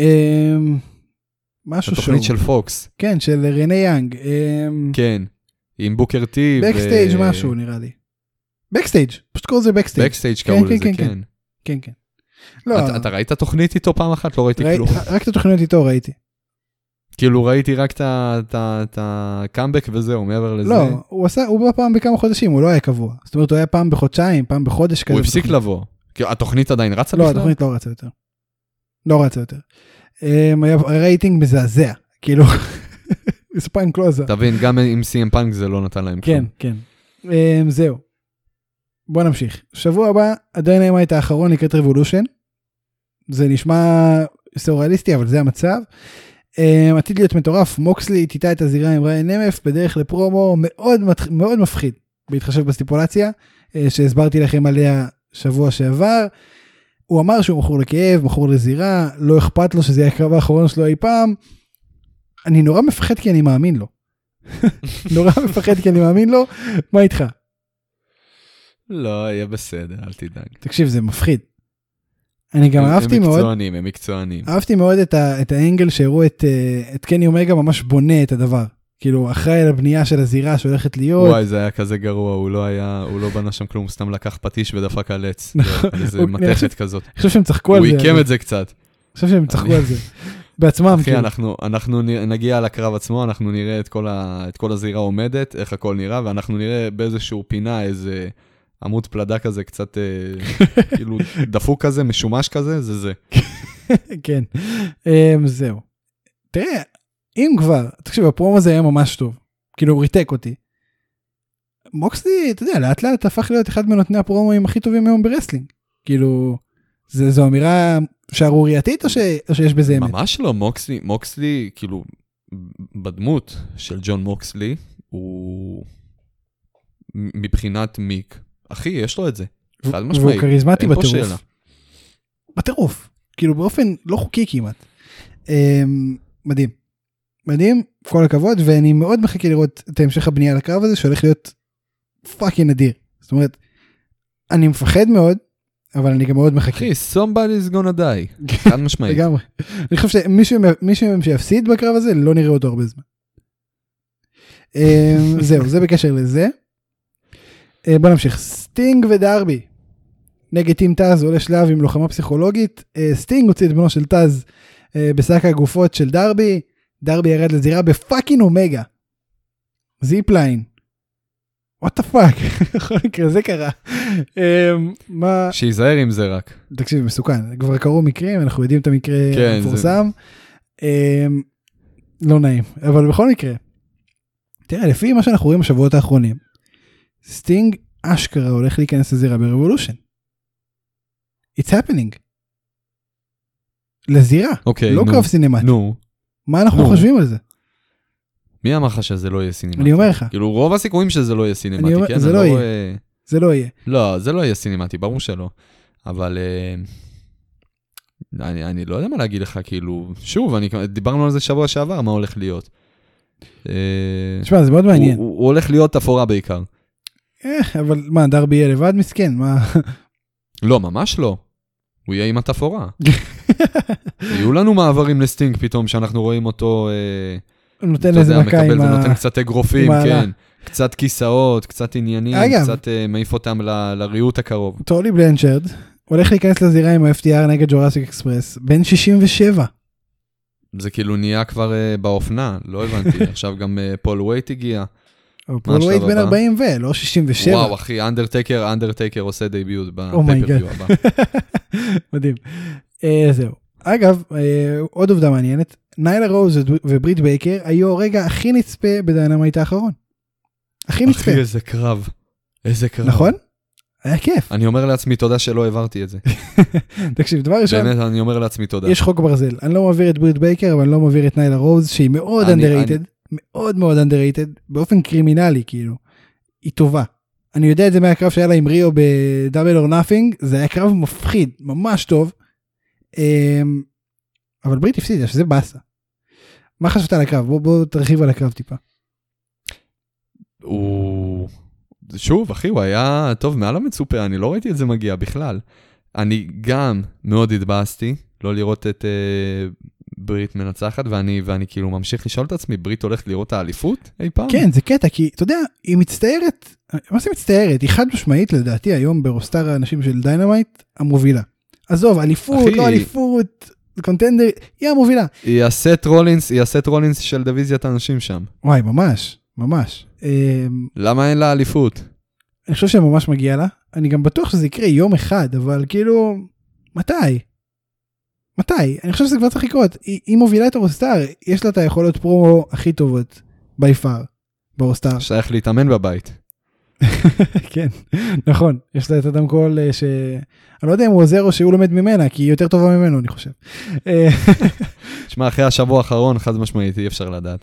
משהו שואו. התוכנית של פוקס. כן, של רני יאנג. כן, עם בוקר טי. בקסטייג' משהו נראה לי. בקסטייג', פשוט קראו לזה בקסטייג'. בקסטייג' קראו לזה, כן. כן. אתה ראית תוכנית איתו פעם אחת? לא ראיתי כלום. רק את התוכנית איתו ראיתי. כאילו ראיתי רק את הקאמבק וזהו, מעבר לזה. לא, הוא בא פעם בכמה חודשים, הוא לא היה קבוע. זאת אומרת, הוא היה פעם בחודשיים, פעם בחודש כזה. הוא הפסיק לבוא. התוכנית עדיין רצה בכלל? לא, התוכנית לא רצה יותר. היה רייטינג מזעזע, כאילו, ספיין קלוזה. תבין, גם עם CM Punk זה לא נתן להם כלום. כן. זהו. בוא נמשיך. שבוע הבא, הדיינמייט האחרון נקראת רבולושן. זה נשמע סוריאליסטי, אבל זה המצב. עתיד להיות מטורף, מוקסלי תיטה את הזירה עם ריין נמף, בדרך לפרומו מאוד מפחיד, בהתחשב בסטיפולציה, שהסברתי לכם עליה שבוע שעבר. הוא אמר שהוא מכור לכאב, מכור לזירה, לא אכפת לו שזה יהיה הקרב האחרון שלו אי פעם. אני נורא מפחד כי אני מאמין לו. מה איתך? לא, יהיה בסדר, אל תדאג. תקשיב, זה מפחיד. אני גם אהבתי מאוד... הם מקצוענים. אהבתי מאוד את האנגל שהראו את קני אומגה ממש בונה את הדבר. כאילו, אחראי על הבנייה של הזירה שהולכת להיות. וואי, זה היה כזה גרוע, הוא לא בנה שם כלום, סתם לקח פטיש ודפק על עץ. איזה מתכת כזאת. אני חושב שהם צחקו על זה. הוא עיקם את זה קצת. אני חושב שהם צחקו על זה. בעצמם. אחי, אנחנו נגיע לקרב עצמו, אנחנו נראה את כל הזירה עומדת, איך הכל נראה, ואנחנו נראה באיזשהו פינה, איזה עמוד פלדה כזה, קצת כאילו דפוק כזה, משומש כזה, זה. כן, זהו. תראה, אם כבר, תקשיב, הפרום הזה היה ממש טוב, כאילו הוא ריתק אותי. מוקסלי, אתה יודע, לאט לאט הפך להיות אחד מנותני הפרומואים הכי טובים היום ברסלינג. כאילו, זו אמירה שערורייתית או שיש בזה אמת? ממש לא, מוקסלי, כאילו, בדמות של ג'ון מוקסלי, הוא מבחינת מיק, אחי, יש לו את זה. והוא קריזמטי בטירוף. בטירוף. כאילו באופן לא חוקי כמעט. מדהים. מדהים, כל הכבוד, ואני מאוד מחכה לראות את המשך הבנייה לקרב הזה, שהולך להיות פאקינג נדיר. זאת אומרת, אני מפחד מאוד, אבל אני גם מאוד מחכה. אחי, somebody's gonna die. חד משמעית. לגמרי. אני חושב שמישהו שיפסיד בקרב הזה, לא נראה אותו הרבה זמן. זהו, זה בקשר לזה. בוא נמשיך. סטינג ודרבי. נגד טים טאז עולה שלב עם לוחמה פסיכולוגית. סטינג הוציא את בנו של טאז בשק הגופות של דרבי. דרבי ירד לזירה בפאקינג אומגה. זיפליין. what the fuck. בכל מקרה, זה קרה. שיזהר עם זה רק. תקשיב, מסוכן. כבר קרו מקרים, אנחנו יודעים את המקרה המפורסם. לא נעים. אבל בכל מקרה, תראה, לפי מה שאנחנו רואים בשבועות האחרונים, סטינג אשכרה הולך להיכנס לזירה ברבולושן. It's happening. לזירה. לא קרב סינמטי. מה אנחנו חושבים על זה? מי אמר לך שזה לא יהיה סינמטי? אני אומר לך. כאילו רוב הסיכויים שזה לא יהיה סינמטי, כן? זה לא יהיה. זה לא יהיה. לא, זה לא יהיה סינמטי, ברור שלא. אבל אני לא יודע מה להגיד לך, כאילו, שוב, דיברנו על זה שבוע שעבר, מה הולך להיות. תשמע, זה מאוד מעניין. הוא הולך להיות תפורה בעיקר. אבל מה, דרבי יהיה לבד מסכן? מה? לא, ממש לא. הוא יהיה עם התפורה. יהיו לנו מעברים לסטינג פתאום, שאנחנו רואים אותו... נותן איזה מכה עם ה... ונותן קצת אגרופים, כן. קצת כיסאות, קצת עניינים, קצת מעיף אותם לריאות הקרוב. טולי בלנצ'רד הולך להיכנס לזירה עם ה-FTR נגד ג'ורסיק אקספרס, בין 67. זה כאילו נהיה כבר באופנה, לא הבנתי. עכשיו גם פול ווייט הגיע. פול ווייט בין 40 לא 67. וואו אחי, אנדרטייקר עושה דייביוט בפייפריו הבא. מדהים. זהו. אגב, עוד עובדה מעניינת, ניילה רוז וברית בייקר היו הרגע הכי נצפה בדיינמייט האחרון. הכי נצפה. אחי, איזה קרב. איזה קרב. נכון? היה כיף. אני אומר לעצמי תודה שלא העברתי את זה. תקשיב, דבר ראשון. באמת, אני אומר לעצמי תודה. יש חוק ברזל. אני לא מעביר את ברית בייקר, אבל אני לא מעביר את ניילה רוז, שהיא מאוד underrated. מאוד מאוד underrated. באופן קרימינלי, כאילו. היא טובה. אני יודע את זה מהקרב שהיה לה עם ריו ב-Double or Nothing. זה היה קרב מפחיד. ממש טוב. אבל ברית הפסידה, שזה בסה. מה חשבת על הקרב? בוא תרחיב על הקרב טיפה. שוב, אחי, הוא היה טוב מעל המצופה, אני לא ראיתי את זה מגיע בכלל. אני גם מאוד התבאסתי, לא לראות את ברית מנצחת, ואני כאילו ממשיך לשאול את עצמי, ברית הולך לראות האליפות אי פעם? כן, זה קטע, כי אתה יודע, היא מצטערת, מה זה מצטערת? היא חד משמעית לדעתי היום ברוסטר האנשים של דיינמייט המובילה. עזוב, אליפות, לא אליפות, קונטנדר, היא המובילה. היא הסט רולינס של דיוויזיית האנשים שם. וואי, ממש, ממש. למה אין לה אליפות? אני חושב שממש מגיע לה. אני גם בטוח שזה יקרה יום אחד, אבל כאילו, מתי? אני חושב שזה כבר צריך לקרות. היא מובילה את הרוסטר, יש לה את היכולות פרומו הכי טובות, ביפר, ברוסטר. שייך להתאמן בבית. כן, נכון. יש לה את אדם קול אני לא יודע אם הוא עוזר או שהוא לומד ממנה, כי היא יותר טובה ממנו, אני חושב. שמע, אחרי השבוע האחרון, חד משמעית, אי אפשר לדעת.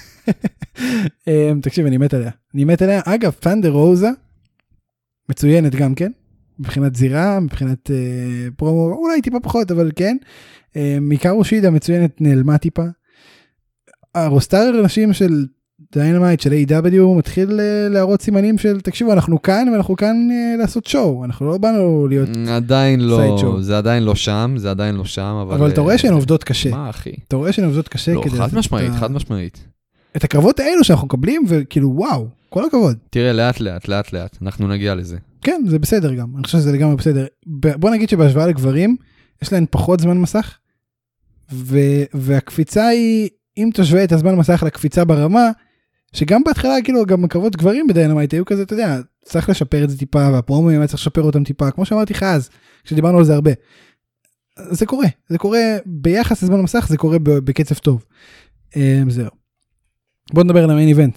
תקשיב, אני מת עליה. אגב, פנדר רוזה, מצוינת גם כן, מבחינת זירה, מבחינת פרומו, אולי טיפה פחות, אבל כן. מיקרו שידה מצוינת, נעלמה טיפה. הרוסטר אנשים של דיינמייט של A.W. מתחיל להראות סימנים של, תקשיבו, אנחנו כאן, ואנחנו כאן לעשות שואו, אנחנו לא באנו להיות עדיין לא, זה עדיין לא שם, אבל אתה רואה שהן עובדות קשה. מה, אחי? אתה רואה שהן עובדות קשה. לא, חד משמעית. את הקרבות האלו שאנחנו מקבלים, וכאילו, וואו, כל הכבוד. תראה, לאט, אנחנו נגיע לזה. כן, זה בסדר גם, אני חושב שזה לגמרי בסדר. בוא נגיד שבהשוואה לגברים, יש להן פחות זמן מסך, והקפיצה היא, אם תשווה את הזמן מסך לקפיצה ברמה, שגם בהתחלה, כאילו, גם הקרבות גברים בדיינמייט היו כזה, אתה יודע, צריך לשפר את זה טיפה, והפרומים היה צריך לשפר אותם טיפה, כמו שאמרתי לך אז, כשדיברנו על זה הרבה. זה קורה ביחס לזמן מסך, זה קורה בקצב טוב. זהו. בוא נדבר על המיין איבנט.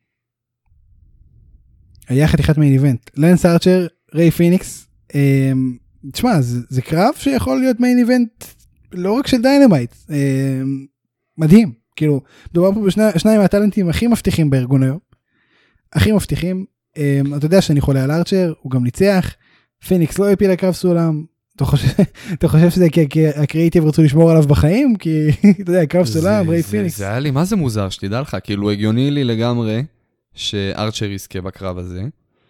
היה חתיכת מיין איבנט. לנס ארצ'ר, ריי פיניקס, תשמע, זה קרב שיכול להיות מיין איבנט, לא רק של דיינמייט, מדהים. כאילו, דובר פה בשניים מהטלנטים הכי מבטיחים בארגון היום. הכי מבטיחים. אתה יודע שאני חולה על ארצ'ר, הוא גם ניצח. פיניקס לא הפיל לקרב סולם. אתה חושב שזה כי הקריאיטיב רצו לשמור עליו בחיים? כי, אתה יודע, קרב סולם, ריי פיניקס. זה היה לי, מה זה מוזר, שתדע לך, כאילו הגיוני לי לגמרי שארצ'ר יזכה בקרב הזה,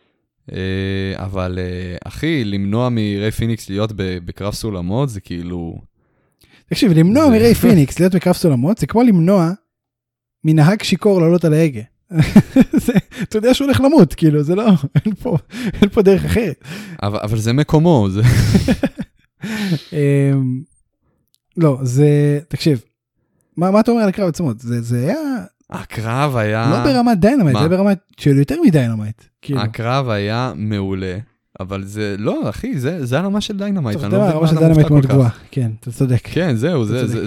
אבל אחי, למנוע מריי פיניקס להיות בקרב סולמות, זה כאילו... תקשיב, למנוע מריי פיניקס להיות בקרב סולמות, זה כמו למנוע מנהג שיקור לעלות על ההגה. אתה יודע שהוא הולך למות, כאילו, זה לא, אין פה דרך אחרת. אבל זה מקומו, זה... לא, זה, תקשיב, מה אתה אומר על הקרב עצמו? זה היה... הקרב היה... לא ברמת דיינמייט, זה ברמת של יותר מדיינמייט. הקרב היה מעולה, אבל זה, לא, אחי, זה הרמה של דיינמייט. הרמה של דיינמייט מאוד גבוהה, כן, אתה צודק. כן, זהו,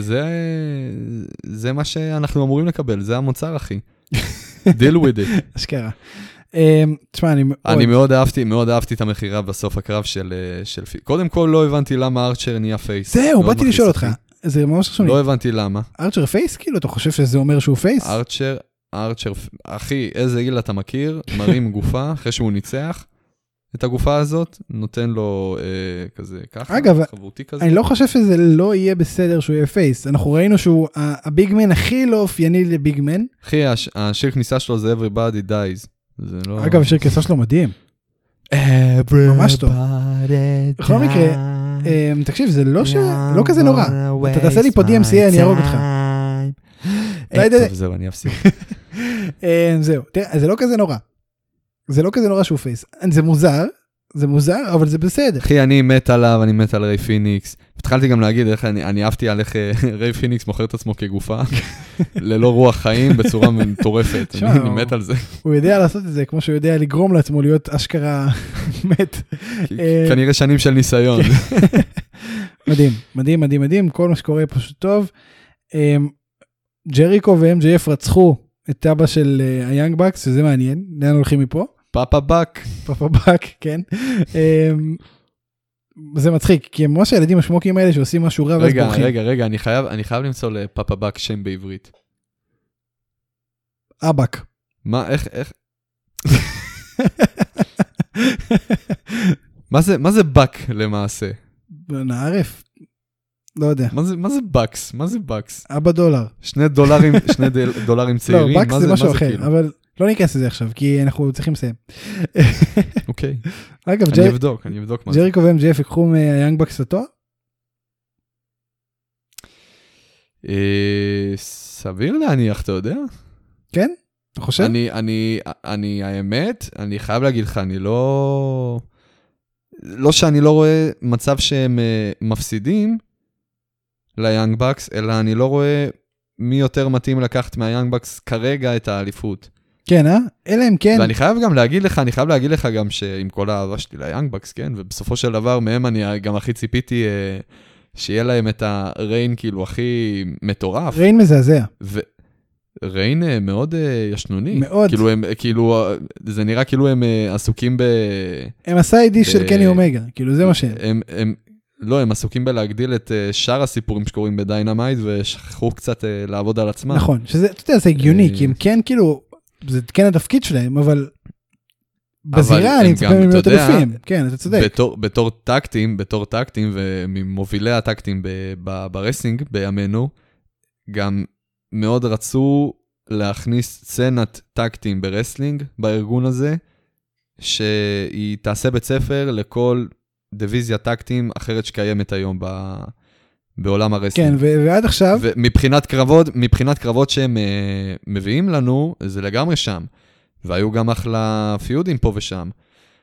זה מה שאנחנו אמורים לקבל, זה המוצר, אחי. deal with it. אשכרה. תשמע, אני מאוד אהבתי את המחירה בסוף הקרב של קודם כל לא הבנתי למה ארצ'ר נהיה פייס. זהו, באתי לשאול אותך. זה ממש חשוב לי. לא הבנתי למה. ארצ'ר פייס? כאילו, אתה חושב שזה אומר שהוא פייס? ארצ'ר, אחי, איזה גיל אתה מכיר, מרים גופה, אחרי שהוא ניצח את הגופה הזאת, נותן לו כזה, ככה, אגב, חברותי כזה. אני לא חושב שזה לא יהיה בסדר שהוא יהיה פייס. אנחנו ראינו שהוא הביגמן הכי לא אופייני לביגמן. אחי, השיר כניסה שלו זה Everybody Dies. אגב, השיר כניסה שלו מדהים. ממש טוב. בכל מקרה, תקשיב, זה לא כזה נורא. אתה תעשה לי פה DMCA, אני ארוג אותך. טוב, זהו, אני אפסיק. זהו, תראה, זה לא כזה נורא. זה לא כזה נורא שהוא פייס. זה מוזר, אבל זה בסדר. אחי, אני מת עליו, אני מת על ריי פיניקס. התחלתי גם להגיד איך אני אהבתי על איך ריי פיניקס מוכר את עצמו כגופה, ללא רוח חיים, בצורה מטורפת. אני מת על זה. הוא יודע לעשות את זה, כמו שהוא יודע לגרום לעצמו להיות אשכרה מת. כנראה שנים של ניסיון. מדהים, מדהים, מדהים, מדהים. כל מה שקורה פשוט טוב. ג'ריקו ו-MJF רצחו את אבא של היאנג בקס, שזה מעניין. לאן הולכים מפה? פאפה בק. פאפה בק, כן. זה מצחיק, כי הם ממש הילדים השמוקים האלה שעושים משהו רע ואז בורחים. רגע, אני חייב למצוא לפאפה בק שם בעברית. אבק. מה, איך? מה זה בק למעשה? נערף. לא יודע. מה זה בקס? מה זה בקס? $4. $2 דולרים צעירים? לא, בקס זה משהו אחר, אבל לא ניכנס לזה עכשיו, כי אנחנו צריכים לסיים. אוקיי. אגב, אני אבדוק מה זה. ג'ריקו ו-MJF יקחו מהיאנג בקס לתואר? סביר להניח, אתה יודע? כן? אתה חושב? האמת, אני חייב להגיד לך, אני לא שאני לא רואה מצב שהם מפסידים ליאנג בקס, אלא אני לא רואה מי יותר מתאים לקחת מהיאנג בקס כרגע את האליפות. כן, אלא אם כן. ואני חייב גם להגיד לך גם שעם כל האהבה שלי ליאנג בקס, כן, ובסופו של דבר מהם אני גם הכי ציפיתי שיהיה להם את הריין כאילו הכי מטורף. ריין מזעזע. ריין מאוד ישנוני. מאוד. כאילו, זה נראה כאילו הם עסוקים הם הסיידי של קני אומגה, כאילו זה מה שהם. לא, הם עסוקים בלהגדיל את שאר הסיפורים שקורים בדיינמייט, ושכחו קצת לעבוד על עצמם. נכון, שזה, אתה יודע, זה הגיוני, כי הם כן כאילו, זה כן התפקיד שלהם, אבל בזירה אני מצפה מהם להיות אלופים. כן, אתה צודק. בתור טקטים, וממובילי הטקטים ברסינג בימינו, גם מאוד רצו להכניס סצנת טקטים ברסלינג בארגון הזה, שהיא תעשה בית ספר לכל דיוויזיה טקטים אחרת שקיימת היום בעולם הרסלינג. כן, ועד עכשיו... מבחינת קרבות שהם מביאים לנו, זה לגמרי שם. והיו גם אחלה פיודים פה ושם.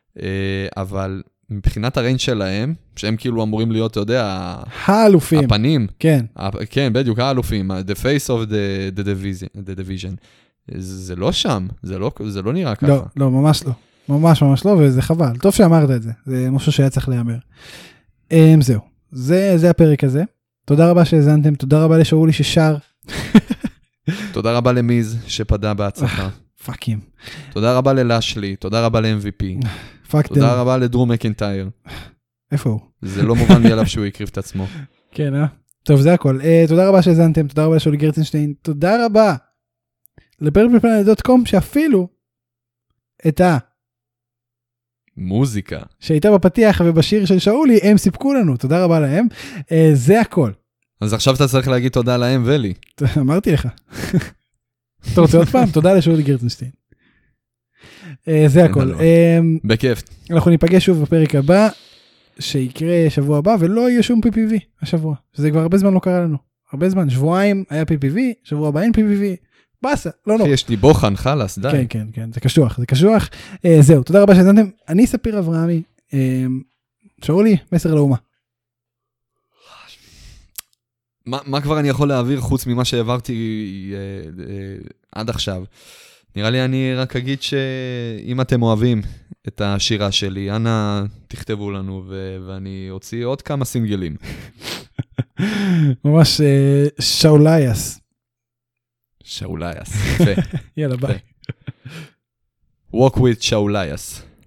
אבל מבחינת הריינג' שלהם, שהם כאילו אמורים להיות, אתה יודע, האלופים. הפנים. כן. כן, בדיוק, האלופים. The face of the division. זה לא שם. זה לא נראה ככה. לא, ממש לא. ממש לא, וזה חבל. טוב שאמרת את זה. זה משהו שהיה צריך להיאמר. זהו. זה הפרק הזה. תודה רבה שהזנתם. תודה רבה לשאולי ששר. תודה רבה למיז שפדה בהצלחה. פאקים. תודה רבה ללאשלי. תודה רבה ל-MVP. תודה רבה לדרו מקינטייר. איפה הוא? זה לא מובן מאליו שהוא יקריב את עצמו. כן, טוב, זה הכל. תודה רבה שהזנתם. תודה רבה לשאולי גרצנשטיין. תודה רבה לפרפלפלנט.com שאפילו את מוזיקה. שהייתה בפתיח ובשיר של שאולי, הם סיפקו לנו, תודה רבה להם. זה הכל. אז עכשיו אתה צריך להגיד תודה להם ולי. אמרתי לך. אתה רוצה עוד פעם? תודה לשאולי גרצנשטיין. זה הכל. בכיף. אנחנו ניפגש שוב בפרק הבא, שיקרה שבוע הבא, ולא יהיה שום PPV השבוע. שזה כבר הרבה זמן לא קרה לנו. הרבה זמן, שבועיים היה PPV, שבוע הבא אין PPV. בסה, לא נורא. יש לי בוחן, חלס, די. כן, זה קשוח, זה קשוח. זהו, תודה רבה שהזמנתם. אני ספיר אברהמי, שאולי, מסר לאומה. מה כבר אני יכול להעביר חוץ ממה שהעברתי עד עכשיו? נראה לי אני רק אגיד שאם אתם אוהבים את השירה שלי, אנא תכתבו לנו ואני אוציא עוד כמה סינגלים. ממש שאולייס. שאולייס, יפה. יאללה, ביי. Walk with שאולייס.